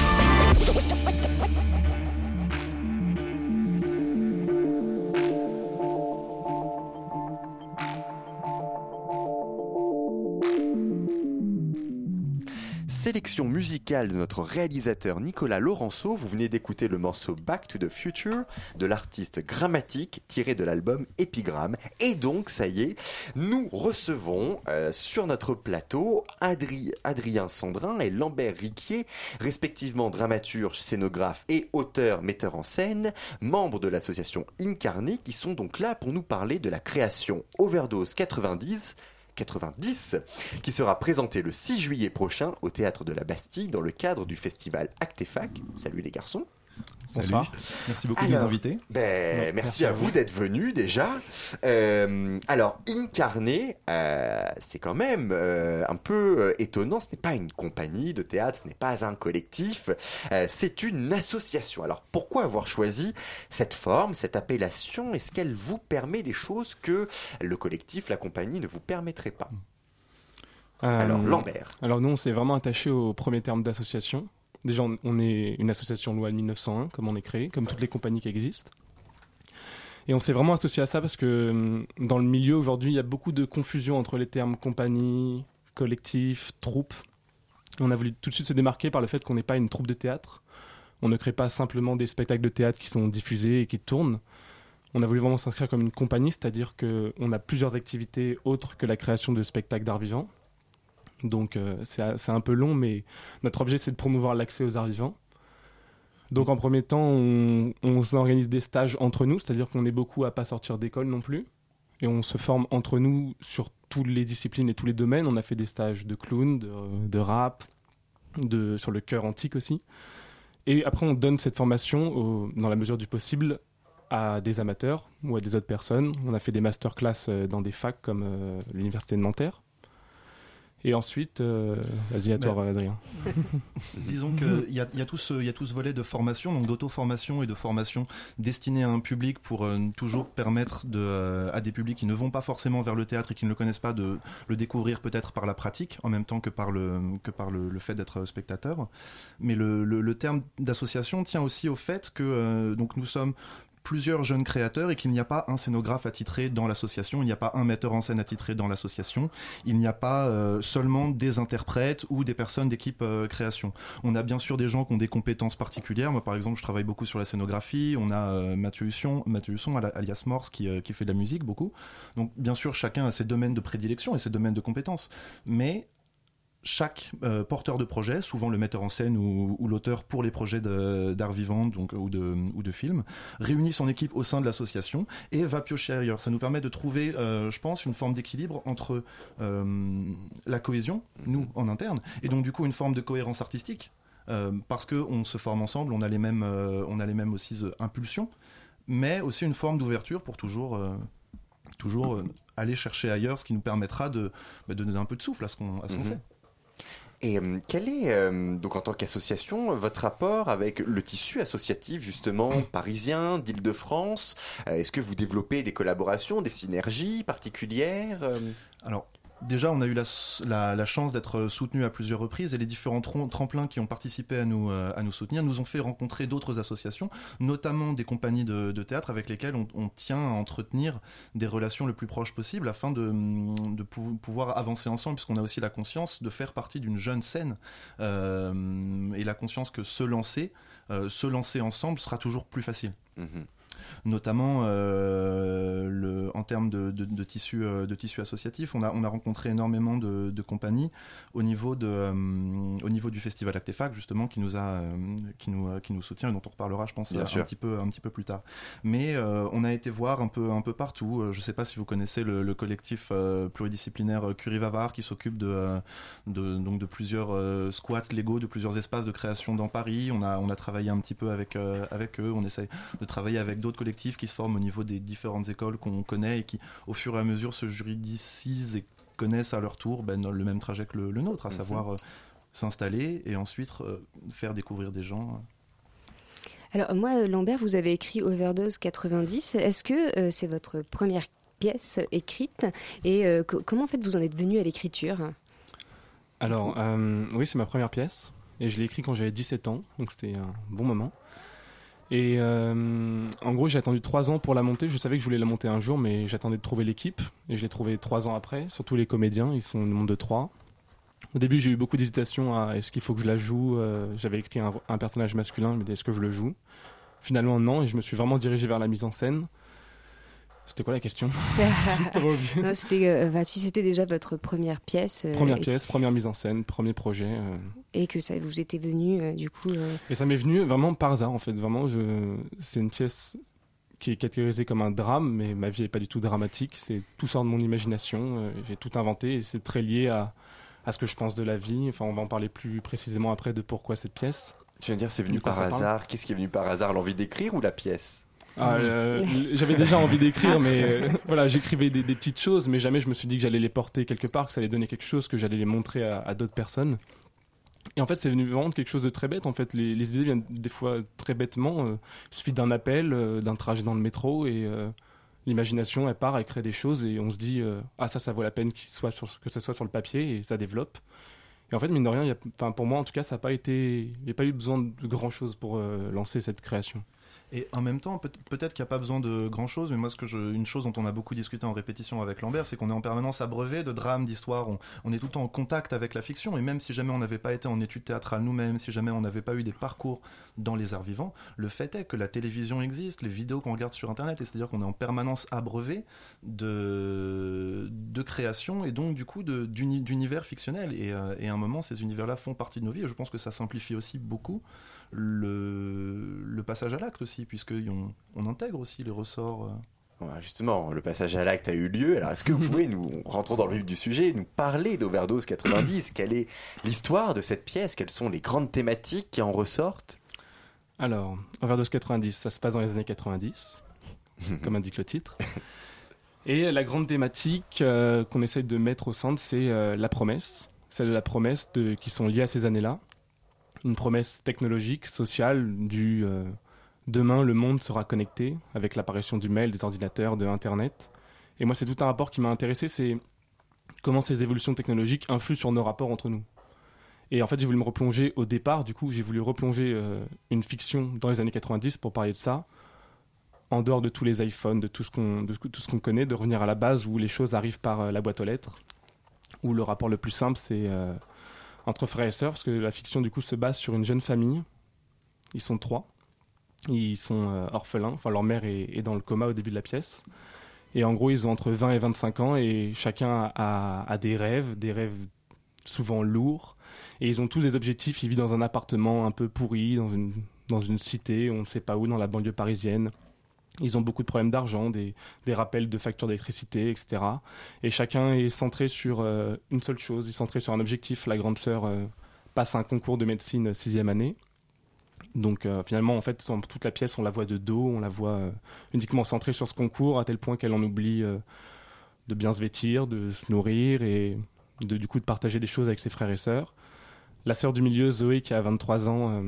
Sélection musicale de notre réalisateur Nicolas Laurenceau. Vous venez d'écouter le morceau Back to the Future de l'artiste Grammatique tiré de l'album Épigramme. Et donc, ça y est, nous recevons sur notre plateau Adrien Sandrin et Lambert Riquier, respectivement dramaturge, scénographe et auteur, metteur en scène, membres de l'association Incarné, qui sont donc là pour nous parler de la création Overdose 90, qui sera présenté le 6 juillet prochain au Théâtre de la Bastille dans le cadre du festival Actefac. Salut les garçons. Bonsoir. Merci beaucoup de nous inviter. Merci à vous d'être venus déjà. Alors, Incarné, c'est quand même un peu étonnant. Ce n'est pas une compagnie de théâtre, ce n'est pas un collectif, c'est une association. Alors, pourquoi avoir choisi cette forme, cette appellation? Est-ce qu'elle vous permet des choses que le collectif, la compagnie ne vous permettrait pas? Alors, Lambert. Alors, nous, on s'est vraiment attaché au premier terme d'association. Déjà, on est une association loi de 1901, comme on est créé, comme toutes les compagnies qui existent. Et on s'est vraiment associé à ça parce que dans le milieu, aujourd'hui, il y a beaucoup de confusion entre les termes compagnie, collectif, troupe. Et on a voulu tout de suite se démarquer par le fait qu'on n'est pas une troupe de théâtre. On ne crée pas simplement des spectacles de théâtre qui sont diffusés et qui tournent. On a voulu vraiment s'inscrire comme une compagnie, c'est-à-dire qu'on a plusieurs activités autres que la création de spectacles d'art vivant. Donc c'est un peu long, mais notre objet c'est de promouvoir l'accès aux arts vivants. Donc en premier temps, on organise des stages entre nous, c'est-à-dire qu'on est beaucoup à pas sortir d'école non plus. Et on se forme entre nous sur toutes les disciplines et tous les domaines. On a fait des stages de clown, de rap, sur le chœur antique aussi. Et après on donne cette formation, dans la mesure du possible, à des amateurs ou à des autres personnes. On a fait des masterclass dans des facs comme l'université de Nanterre. Et ensuite, vas-y à toi Adrien. Disons qu'il y a tout ce volet de formation, donc d'auto-formation et de formation destinée à un public pour toujours permettre à des publics qui ne vont pas forcément vers le théâtre et qui ne le connaissent pas de le découvrir peut-être par la pratique en même temps que par le fait d'être spectateur. Mais le terme d'association tient aussi au fait que donc nous sommes plusieurs jeunes créateurs et qu'il n'y a pas un scénographe attitré dans l'association, il n'y a pas un metteur en scène attitré dans l'association, il n'y a pas seulement des interprètes ou des personnes d'équipe création. On a bien sûr des gens qui ont des compétences particulières. Moi par exemple je travaille beaucoup sur la scénographie, on a Mathieu Husson alias Morse qui fait de la musique beaucoup. Donc bien sûr chacun a ses domaines de prédilection et ses domaines de compétences. Mais chaque porteur de projet, souvent le metteur en scène ou l'auteur pour les projets d'art vivant ou de films, réunit son équipe au sein de l'association et va piocher ailleurs. Ça nous permet de trouver, je pense, une forme d'équilibre entre la cohésion, nous, en interne, et donc du coup une forme de cohérence artistique, parce qu'on se forme ensemble, on a les mêmes aussi impulsions, mais aussi une forme d'ouverture pour toujours aller chercher ailleurs, ce qui nous permettra de donner un peu de souffle à ce qu'on fait. Et quel est, donc en tant qu'association, votre rapport avec le tissu associatif justement parisien, d'Île-de-France ? Est-ce que vous développez des collaborations, des synergies particulières ? Alors, déjà, on a eu la chance d'être soutenu à plusieurs reprises et les différents tremplins qui ont participé à nous soutenir nous ont fait rencontrer d'autres associations, notamment des compagnies de théâtre avec lesquelles on tient à entretenir des relations le plus proches possible afin de pouvoir avancer ensemble, puisqu'on a aussi la conscience de faire partie d'une jeune scène et la conscience que se lancer ensemble sera toujours plus facile. Notamment en termes de tissu associatif, on a rencontré énormément de compagnies au niveau du festival Actefac, justement, qui nous soutient et dont on reparlera, je pense, un petit peu plus tard. Mais on a été voir un peu partout. Je ne sais pas si vous connaissez le collectif pluridisciplinaire Curie-Vavard, qui s'occupe de plusieurs squats légaux, de plusieurs espaces de création dans Paris. On a travaillé un petit peu avec eux. On essaie de travailler avec d'autres collectifs qui se forment au niveau des différentes écoles qu'on connaît et qui, au fur et à mesure, se juridicisent et connaissent à leur tour le même trajet que le nôtre, à savoir s'installer et ensuite faire découvrir des gens. Alors moi, Lambert, vous avez écrit Overdose 90. Est-ce que c'est votre première pièce écrite et comment en fait vous en êtes venu à l'écriture ? Alors, oui, c'est ma première pièce et je l'ai écrite quand j'avais 17 ans, donc c'était un bon moment. Et en gros, j'ai attendu 3 ans pour la monter. Je savais que je voulais la monter un jour, mais j'attendais de trouver l'équipe. Et je l'ai trouvée 3 ans après, surtout les comédiens, ils sont au nombre de 3. Au début, j'ai eu beaucoup d'hésitation à est-ce qu'il faut que je la joue. J'avais écrit un personnage masculin, je me disais est-ce que je le joue ? Finalement, non, et je me suis vraiment dirigé vers la mise en scène. C'était quoi la question ? Non, si c'était déjà votre première pièce. Première pièce, première mise en scène, premier projet. Et que ça vous était venu, du coup... Et ça m'est venu vraiment par hasard, en fait. Vraiment, c'est une pièce qui est catégorisée comme un drame, mais ma vie n'est pas du tout dramatique. Tout sort de mon imagination. J'ai tout inventé et c'est très lié à ce que je pense de la vie. Enfin, on va en parler plus précisément après de pourquoi cette pièce. Tu viens de dire c'est venu par hasard. Qu'est-ce qui est venu par hasard ? L'envie d'écrire ou la pièce ? J'avais déjà envie d'écrire, mais voilà, j'écrivais des petites choses, mais jamais je me suis dit que j'allais les porter quelque part, que ça allait donner quelque chose, que j'allais les montrer à d'autres personnes. Et en fait, c'est venu vraiment de quelque chose de très bête. En fait, les idées viennent des fois très bêtement. Il suffit d'un appel, d'un trajet dans le métro, et l'imagination, elle part, elle crée des choses, et on se dit ça vaut la peine que ce soit sur le papier, et ça développe. Et en fait, mine de rien, pour moi, en tout cas, ça n'a pas été... Il n'y a pas eu besoin de grand-chose pour lancer cette création. Et en même temps, peut-être qu'il n'y a pas besoin de grand-chose, mais moi, une chose dont on a beaucoup discuté en répétition avec Lambert, c'est qu'on est en permanence abreuvé de drames, d'histoires. On est tout le temps en contact avec la fiction, et même si jamais on n'avait pas été en études théâtrales nous-mêmes, si jamais on n'avait pas eu des parcours dans les arts vivants, le fait est que la télévision existe, les vidéos qu'on regarde sur Internet, et c'est-à-dire qu'on est en permanence abreuvé de création, et donc du coup d'univers fictionnels. Et à un moment, ces univers-là font partie de nos vies, et je pense que ça simplifie aussi beaucoup le passage à l'acte aussi, puisqu'on intègre aussi les ressorts. Justement, le passage à l'acte a eu lieu. Alors, est-ce que vous pouvez, rentrons dans le vif du sujet, nous parler d'Overdose 90 ? Quelle est l'histoire de cette pièce ? Quelles sont les grandes thématiques qui en ressortent ? Alors, Overdose 90, ça se passe dans les années 90, comme indique le titre. Et la grande thématique qu'on essaye de mettre au centre, c'est la promesse. Celle de la promesse qui sont liées à ces années-là. Une promesse technologique, sociale, demain le monde sera connecté avec l'apparition du mail, des ordinateurs, de Internet. Et moi, c'est tout un rapport qui m'a intéressé, c'est comment ces évolutions technologiques influent sur nos rapports entre nous. Et en fait, j'ai voulu me replonger au départ, du coup, j'ai voulu replonger une fiction dans les années 90 pour parler de ça, en dehors de tous les iPhones, de tout ce qu'on connaît, de revenir à la base où les choses arrivent par la boîte aux lettres, où le rapport le plus simple, c'est... entre frères et sœurs, parce que la fiction du coup se base sur une jeune famille. Ils sont 3. Ils sont orphelins, enfin leur mère est dans le coma au début de la pièce. Et en gros, ils ont entre 20 et 25 ans et chacun a des rêves souvent lourds. Et ils ont tous des objectifs. Ils vivent dans un appartement un peu pourri, dans une cité, on ne sait pas où, dans la banlieue parisienne. Ils ont beaucoup de problèmes d'argent, des rappels de factures d'électricité, etc. Et chacun est centré sur une seule chose, il est centré sur un objectif. La grande sœur passe un concours de médecine 6e année. Donc finalement, en fait, dans toute la pièce, on la voit de dos, on la voit uniquement centrée sur ce concours, à tel point qu'elle en oublie de bien se vêtir, de se nourrir et du coup de partager des choses avec ses frères et sœurs. La sœur du milieu, Zoé, qui a 23 ans,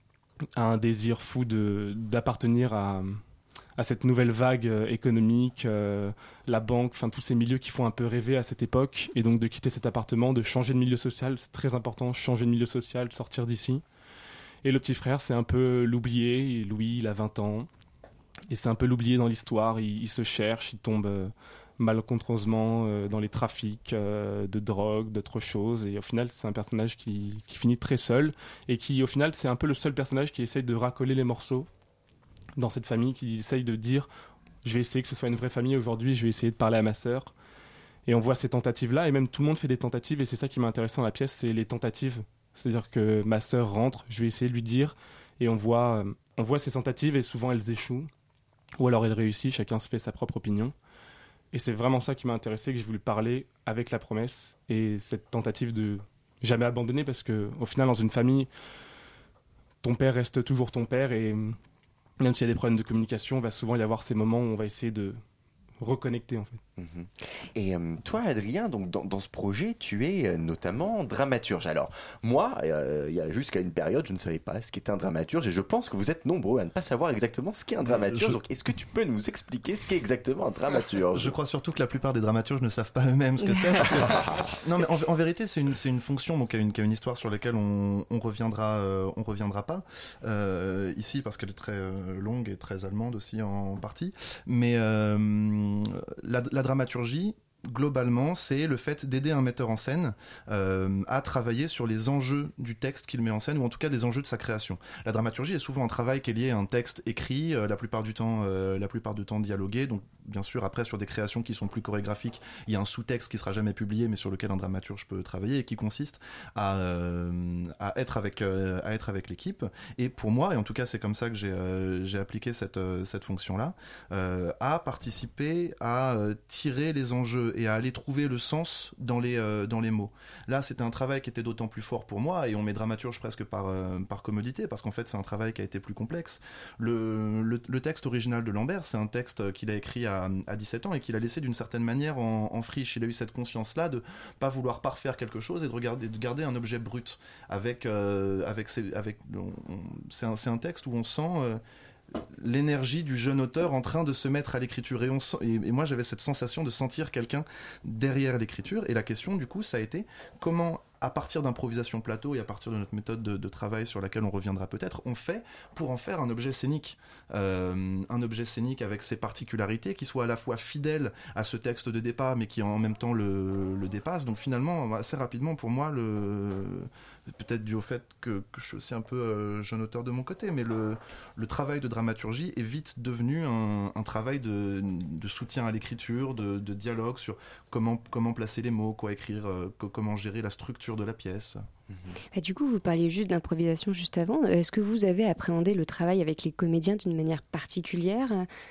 a un désir fou d'appartenir à cette nouvelle vague économique, la banque, enfin tous ces milieux qui font un peu rêver à cette époque, et donc de quitter cet appartement, de changer de milieu social, c'est très important, changer de milieu social, sortir d'ici. Et le petit frère, c'est un peu l'oublié, Louis, il a 20 ans, et c'est un peu l'oublié dans l'histoire, il se cherche, il tombe malencontreusement dans les trafics de drogue, d'autres choses, et au final c'est un personnage qui finit très seul, et qui au final c'est un peu le seul personnage qui essaye de racoler les morceaux dans cette famille, qui essaye de dire je vais essayer que ce soit une vraie famille aujourd'hui, je vais essayer de parler à ma sœur. Et on voit ces tentatives-là, et même tout le monde fait des tentatives, et c'est ça qui m'a intéressé dans la pièce, c'est les tentatives. C'est-à-dire que ma sœur rentre, je vais essayer de lui dire, et on voit ces tentatives, et souvent elles échouent, ou alors elles réussissent, chacun se fait sa propre opinion. Et c'est vraiment ça qui m'a intéressé, que j'ai voulu parler avec la promesse, et cette tentative de jamais abandonner, parce qu'au final, dans une famille, ton père reste toujours ton père, et même s'il y a des problèmes de communication, il va souvent y avoir ces moments où on va essayer de reconnecter en fait. Et toi, Adrien, donc dans ce projet, tu es notamment dramaturge. Alors moi, il y a jusqu'à une période, je ne savais pas ce qu'était un dramaturge, et je pense que vous êtes nombreux à ne pas savoir exactement ce qu'est un dramaturge. Donc est-ce que tu peux nous expliquer ce qu'est exactement un dramaturge ? Je crois surtout que la plupart des dramaturges ne savent pas eux-mêmes ce que c'est. Parce que... non, mais en vérité, c'est une fonction donc qui a une histoire sur laquelle on reviendra pas ici, parce qu'elle est très longue et très allemande aussi en partie. Mais la dramaturgie, globalement, c'est le fait d'aider un metteur en scène à travailler sur les enjeux du texte qu'il met en scène, ou en tout cas des enjeux de sa création. La dramaturgie est souvent un travail qui est lié à un texte écrit, la plupart du temps dialogué. Donc bien sûr, après, sur des créations qui sont plus chorégraphiques, il y a un sous-texte qui sera jamais publié, mais sur lequel un dramaturge peut travailler, et qui consiste à être avec l'équipe. Et pour moi, et en tout cas c'est comme ça que j'ai appliqué cette fonction-là, à participer à tirer les enjeux et à aller trouver le sens dans les mots. Là, c'était un travail qui était d'autant plus fort pour moi, et on met dramaturge presque par commodité, parce qu'en fait c'est un travail qui a été plus complexe. Le texte original de Lambert, c'est un texte qu'il a écrit à 17 ans, et qu'il a laissé d'une certaine manière en friche. Il a eu cette conscience-là de pas vouloir parfaire quelque chose, et de garder un objet brut. C'est un texte où on sent l'énergie du jeune auteur en train de se mettre à l'écriture, et moi j'avais cette sensation de sentir quelqu'un derrière l'écriture. Et la question du coup, ça a été comment, à partir d'improvisation plateau et à partir de notre méthode de travail sur laquelle on reviendra peut-être, on fait pour en faire un objet scénique avec ses particularités, qui soit à la fois fidèle à ce texte de départ, mais qui en même temps le dépasse. Donc finalement, assez rapidement, pour moi, peut-être dû au fait que je suis aussi un peu jeune auteur de mon côté, mais le travail de dramaturgie est vite devenu un travail de soutien à l'écriture, de dialogue sur comment placer les mots, quoi écrire, comment gérer la structure de la pièce. Du coup, vous parliez juste d'improvisation juste avant. Est-ce que vous avez appréhendé le travail avec les comédiens d'une manière particulière ?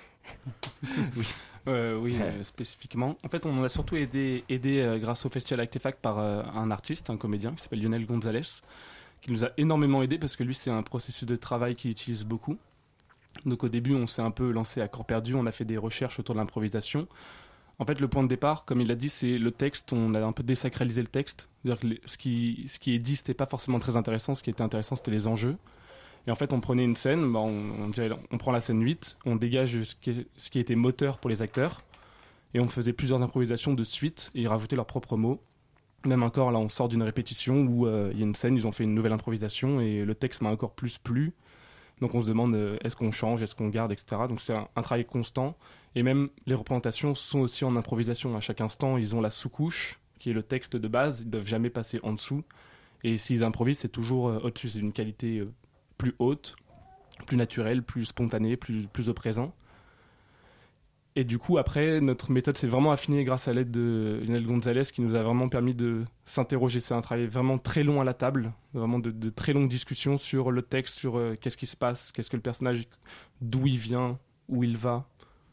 Oui, spécifiquement. En fait, on a surtout aidé grâce au Festival Artefact par un artiste, un comédien qui s'appelle Lionel Gonzalez, qui nous a énormément aidé, parce que lui, c'est un processus de travail qu'il utilise beaucoup. Donc au début, on s'est un peu lancé à corps perdu, on a fait des recherches autour de l'improvisation. En fait, le point de départ, comme il l'a dit, c'est le texte. On a un peu désacralisé le texte. C'est-à-dire que ce qui est dit, c'était pas forcément très intéressant. Ce qui était intéressant, c'était les enjeux. Et en fait, on prenait une scène, on prend la scène 8, on dégage ce qui était moteur pour les acteurs, et on faisait plusieurs improvisations de suite, et ils rajoutaient leurs propres mots. Même encore, là, on sort d'une répétition où il y a une scène, ils ont fait une nouvelle improvisation, et le texte m'a encore plus plu. Donc on se demande est-ce qu'on change, est-ce qu'on garde, etc. Donc c'est un travail constant. Et même les représentations sont aussi en improvisation. À chaque instant, ils ont la sous-couche, qui est le texte de base. Ils ne doivent jamais passer en dessous. Et s'ils improvisent, c'est toujours au-dessus. C'est d'une qualité plus haute, plus naturelle, plus spontanée, plus au présent. Et du coup, après, notre méthode s'est vraiment affinée grâce à l'aide de Lionel Gonzalez, qui nous a vraiment permis de s'interroger. C'est un travail vraiment très long à la table, vraiment de très longues discussions sur le texte, sur qu'est-ce qui se passe, qu'est-ce que le personnage, d'où il vient, où il va.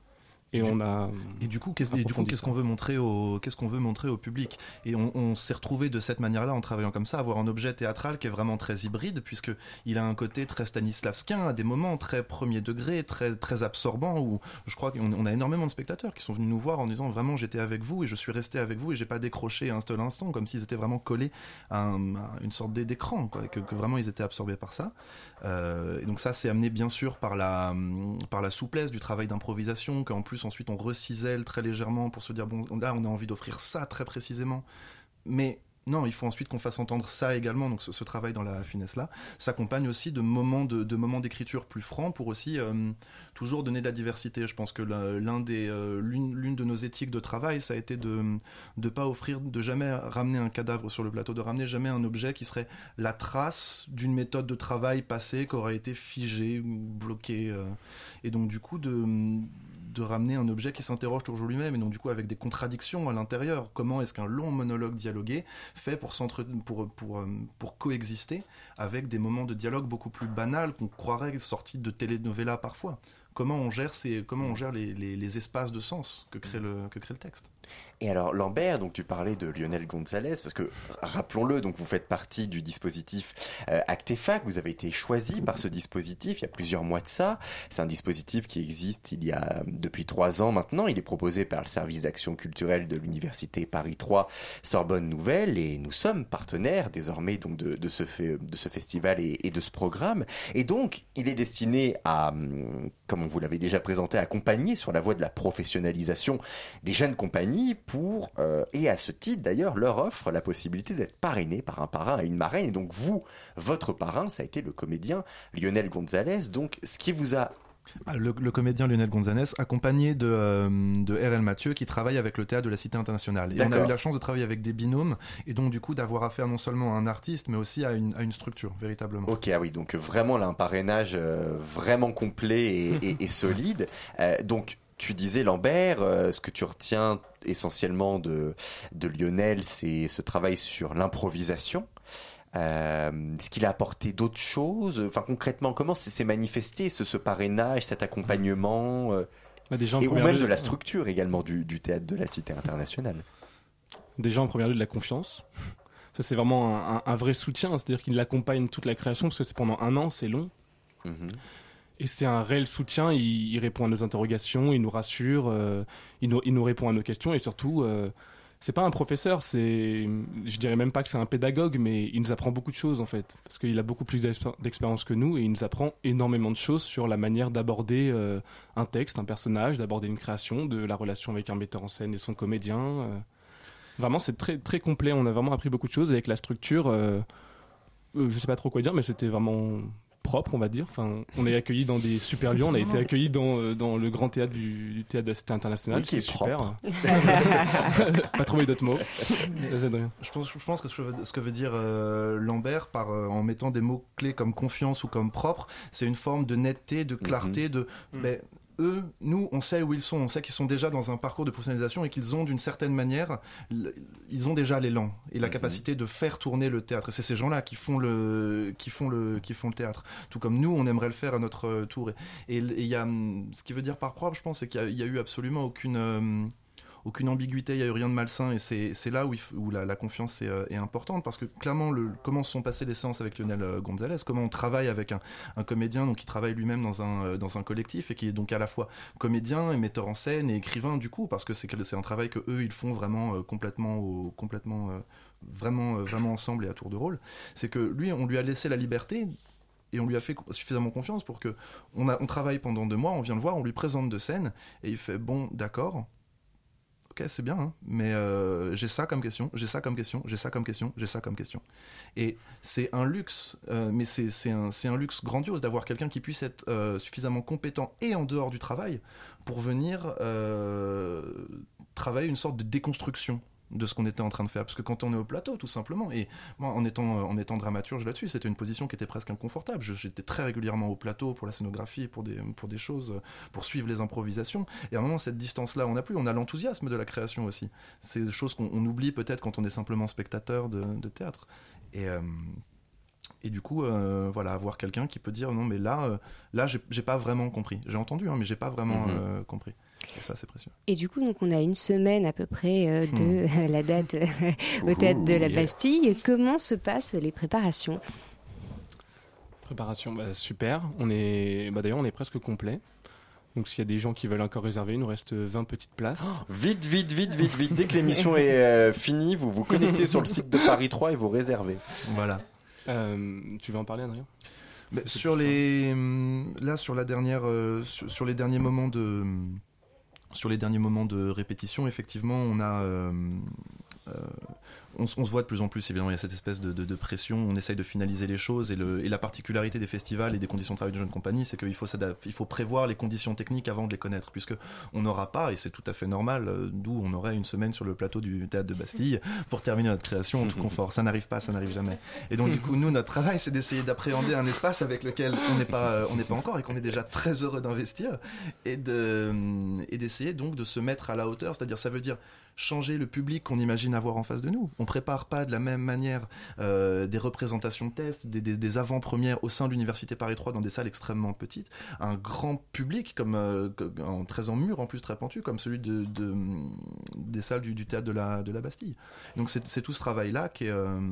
Et du coup, qu'est-ce qu'on veut montrer au public? Et on s'est retrouvé de cette manière-là, en travaillant comme ça, avoir un objet théâtral qui est vraiment très hybride, puisque il a un côté très stanislavskien, à des moments très premier degré, très très absorbant, où je crois qu'on a énormément de spectateurs qui sont venus nous voir en disant vraiment j'étais avec vous et je suis resté avec vous et j'ai pas décroché un seul instant, comme s'ils étaient vraiment collés à une sorte d'écran, quoi, que vraiment ils étaient absorbés par ça. Et donc ça, c'est amené bien sûr par la souplesse du travail d'improvisation, qu'en plus ensuite on recisèle très légèrement pour se dire bon, là on a envie d'offrir ça très précisément, mais non, il faut ensuite qu'on fasse entendre ça également. Donc ce travail dans la finesse là s'accompagne aussi de moments d'écriture plus francs pour aussi toujours donner de la diversité. Je pense que l'une de nos éthiques de travail, ça a été de pas offrir, de jamais ramener un cadavre sur le plateau, de ramener jamais un objet qui serait la trace d'une méthode de travail passée qui aurait été figée, bloquée, et donc du coup de ramener un objet qui s'interroge toujours lui-même, et donc du coup avec des contradictions à l'intérieur. Comment est-ce qu'un long monologue dialogué fait pour coexister avec des moments de dialogue beaucoup plus banals qu'on croirait sortis de telenovela parfois? Comment on gère les espaces de sens que crée le texte? Et alors Lambert, donc tu parlais de Lionel Gonzalez, parce que rappelons-le, donc vous faites partie du dispositif Actefac, vous avez été choisi par ce dispositif il y a plusieurs mois de ça. C'est un dispositif qui existe depuis 3 ans maintenant. Il est proposé par le service d'action culturelle de l'université Paris 3 Sorbonne Nouvelle, et nous sommes partenaires désormais donc de ce festival et de ce programme. Et donc il est destiné à, comme on vous l'avait déjà présenté, accompagner sur la voie de la professionnalisation des jeunes compagnies et à ce titre d'ailleurs leur offre la possibilité d'être parrainé par un parrain et une marraine. Et donc votre parrain, ça a été le comédien Lionel Gonzalez. Donc ce qui vous a... Le comédien Lionel Gonzalez, accompagné de R.L. Mathieu, qui travaille avec le théâtre de la Cité internationale. Et D'accord. on a eu la chance de travailler avec des binômes, et donc du coup d'avoir affaire non seulement à un artiste, mais aussi à une structure, véritablement. Ok, ah oui, donc vraiment là un parrainage vraiment complet et solide. Donc tu disais Lambert, ce que tu retiens essentiellement de Lionel, c'est ce travail sur l'improvisation. Est-ce qu'il a apporté d'autres choses? Enfin, concrètement, comment s'est manifesté ce parrainage, cet accompagnement ou même de la structure également du théâtre de la Cité internationale? Déjà en première lieu de la confiance. Ça, c'est vraiment un vrai soutien, c'est-à-dire qu'il l'accompagne toute la création, parce que c'est pendant 1 an, c'est long. Et c'est un réel soutien, il répond à nos interrogations, il nous rassure, il nous répond à nos questions, et surtout, c'est pas un professeur, je dirais même pas que c'est un pédagogue, mais il nous apprend beaucoup de choses en fait, parce qu'il a beaucoup plus d'expérience que nous, et il nous apprend énormément de choses sur la manière d'aborder un texte, un personnage, d'aborder une création, de la relation avec un metteur en scène et son comédien. Vraiment, c'est très, très complet, on a vraiment appris beaucoup de choses, avec la structure, je sais pas trop quoi dire, mais c'était vraiment... propre, on va dire. Enfin, on est accueillis dans des super lieux. On a été accueillis dans le grand théâtre du théâtre de la Cité internationale, qui est super. Pas trouvé d'autres mots. Ça aide rien. Je pense que ce que veut dire Lambert en mettant des mots clés comme confiance ou comme propre, c'est une forme de netteté, de clarté, nous, on sait où ils sont, on sait qu'ils sont déjà dans un parcours de professionnalisation et qu'ils ont d'une certaine manière, ils ont déjà l'élan et la capacité de faire tourner le théâtre. Et c'est ces gens-là qui font le théâtre. Tout comme nous, on aimerait le faire à notre tour. Et il y a, ce qui veut dire par propre, je pense, c'est qu'il y a eu absolument aucune ambiguïté, il n'y a eu rien de malsain, et c'est là où la confiance est importante, parce que clairement, comment se sont passées les séances avec Lionel Gonzalez, comment on travaille avec un comédien donc, qui travaille lui-même dans un collectif, et qui est donc à la fois comédien et metteur en scène et écrivain du coup, parce que c'est un travail que eux ils font vraiment vraiment ensemble et à tour de rôle. C'est que lui, on lui a laissé la liberté, et on lui a fait suffisamment confiance pour que on travaille pendant 2 mois, on vient le voir, on lui présente 2 scènes, et il fait bon, d'accord. Ok, c'est bien, hein, mais j'ai ça comme question, j'ai ça comme question, j'ai ça comme question, j'ai ça comme question. Et c'est un luxe, mais c'est un luxe grandiose d'avoir quelqu'un qui puisse être suffisamment compétent et en dehors du travail pour venir travailler une sorte de déconstruction de ce qu'on était en train de faire, parce que quand on est au plateau, tout simplement, et moi, en étant dramaturge là-dessus, c'était une position qui était presque inconfortable. J'étais très régulièrement au plateau pour la scénographie, pour des choses, pour suivre les improvisations, et à un moment, cette distance-là, on n'a plus, on a l'enthousiasme de la création aussi. C'est des choses qu'on oublie peut-être quand on est simplement spectateur de théâtre. Et du coup, voilà, avoir quelqu'un qui peut dire non, mais là, j'ai pas vraiment compris. J'ai entendu, mais j'ai pas vraiment compris. Et ça, c'est précieux. Et du coup, donc, on a une semaine à peu près de la date au théâtre de la Bastille. Comment se passent les préparations ? Préparation, super. D'ailleurs, on est presque complet. Donc s'il y a des gens qui veulent encore réserver, il nous reste 20 petites places. Vite. Dès que l'émission est finie, vous vous connectez sur le site de Paris 3 et vous réservez. Voilà. Tu veux en parler, Adrien ? Sur les derniers moments de répétition, effectivement, on se voit de plus en plus, évidemment, il y a cette espèce de pression, on essaye de finaliser les choses, et la particularité des festivals et des conditions de travail de jeunes compagnies, c'est qu'il faut prévoir les conditions techniques avant de les connaître, puisque on n'aura pas, et c'est tout à fait normal, d'où on aurait une semaine sur le plateau du théâtre de Bastille pour terminer notre création en tout confort. Ça n'arrive jamais. Et donc du coup, nous, notre travail, c'est d'essayer d'appréhender un espace avec lequel on n'est pas encore, et qu'on est déjà très heureux d'investir, et d'essayer donc de se mettre à la hauteur, c'est-à-dire, ça veut dire changer le public qu'on imagine avoir en face de nous. On prépare pas de la même manière des représentations de tests, des avant-premières au sein de l'université Paris 3 dans des salles extrêmement petites, un grand public très en mur, en plus très pentu, comme celui des salles du théâtre de la Bastille. Donc c'est tout ce travail-là qui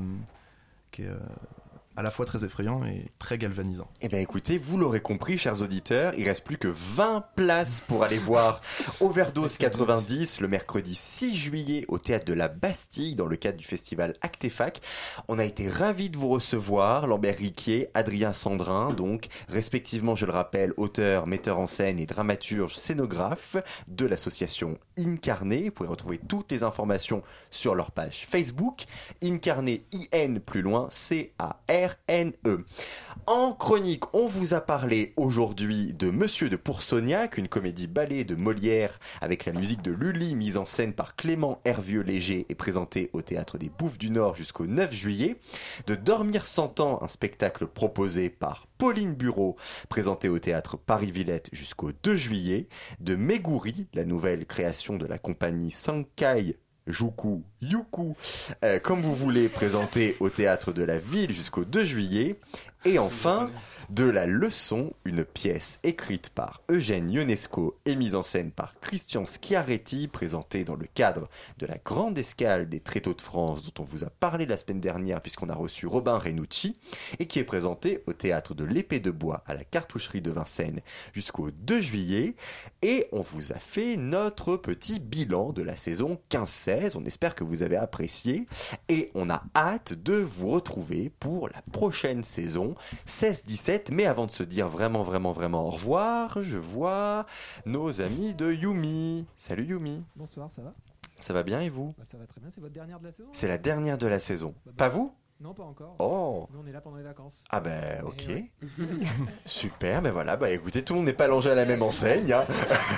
est à la fois très effrayant et très galvanisant. Eh bien écoutez, vous l'aurez compris, chers auditeurs, il reste plus que 20 places pour aller voir Overdose 90 le mercredi 6 juillet au théâtre de la Bastille dans le cadre du festival Actefac. On a été ravis de vous recevoir, Lambert Riquier, Adrien Sandrin, donc respectivement, je le rappelle, auteur, metteur en scène et dramaturge scénographe de l'association Incarné. Vous pouvez retrouver toutes les informations sur leur page Facebook, Incarné, I-N plus loin, C-A-R-N-E. En chronique, on vous a parlé aujourd'hui de Monsieur de Poursognac, une comédie ballet de Molière avec la musique de Lully, mise en scène par Clément Hervieux-Léger et présentée au Théâtre des Bouffes du Nord jusqu'au 9 juillet. De Dormir 100 ans, un spectacle proposé par Pauline Bureau, présenté au Théâtre Paris-Villette jusqu'au 2 juillet. De Meguri, la nouvelle création de la compagnie Sankai Juku, comme vous voulez, présenté au Théâtre de la Ville jusqu'au 2 juillet. Et enfin, de La Leçon, une pièce écrite par Eugène Ionesco et mise en scène par Christian Schiaretti, présentée dans le cadre de la Grande Escale des Tréteaux de France, dont on vous a parlé la semaine dernière puisqu'on a reçu Robin Renucci, et qui est présentée au Théâtre de l'Épée de Bois à la Cartoucherie de Vincennes jusqu'au 2 juillet. Et on vous a fait notre petit bilan de la saison 15-16. On espère que vous avez apprécié et on a hâte de vous retrouver pour la prochaine saison 16-17. Mais avant de se dire vraiment au revoir, je vois nos amis de Yumi. Salut Yumi. Bonsoir, ça va ? Ça va bien et vous ? Ça va très bien, c'est votre dernière de la saison ? C'est la dernière de la saison. Pas vous ? Non, pas encore. Oh. Nous, on est là pendant les vacances. Ah ben, ok. Ouais. Super, ben voilà, écoutez, tout le monde n'est pas longé à la même enseigne. Hein.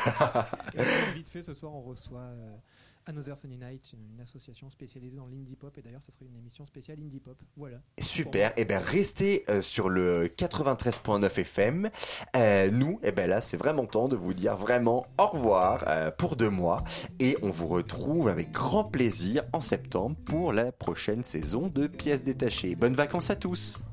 Vite fait, ce soir, on reçoit Another Sunny Night, une association spécialisée dans l'indie pop, et d'ailleurs, ça serait une émission spéciale indie pop. Voilà. Super, et restez sur le 93.9 FM. Nous, là, c'est vraiment temps de vous dire vraiment au revoir pour 2 mois, et on vous retrouve avec grand plaisir en septembre pour la prochaine saison de Pièces détachées. Bonnes vacances à tous.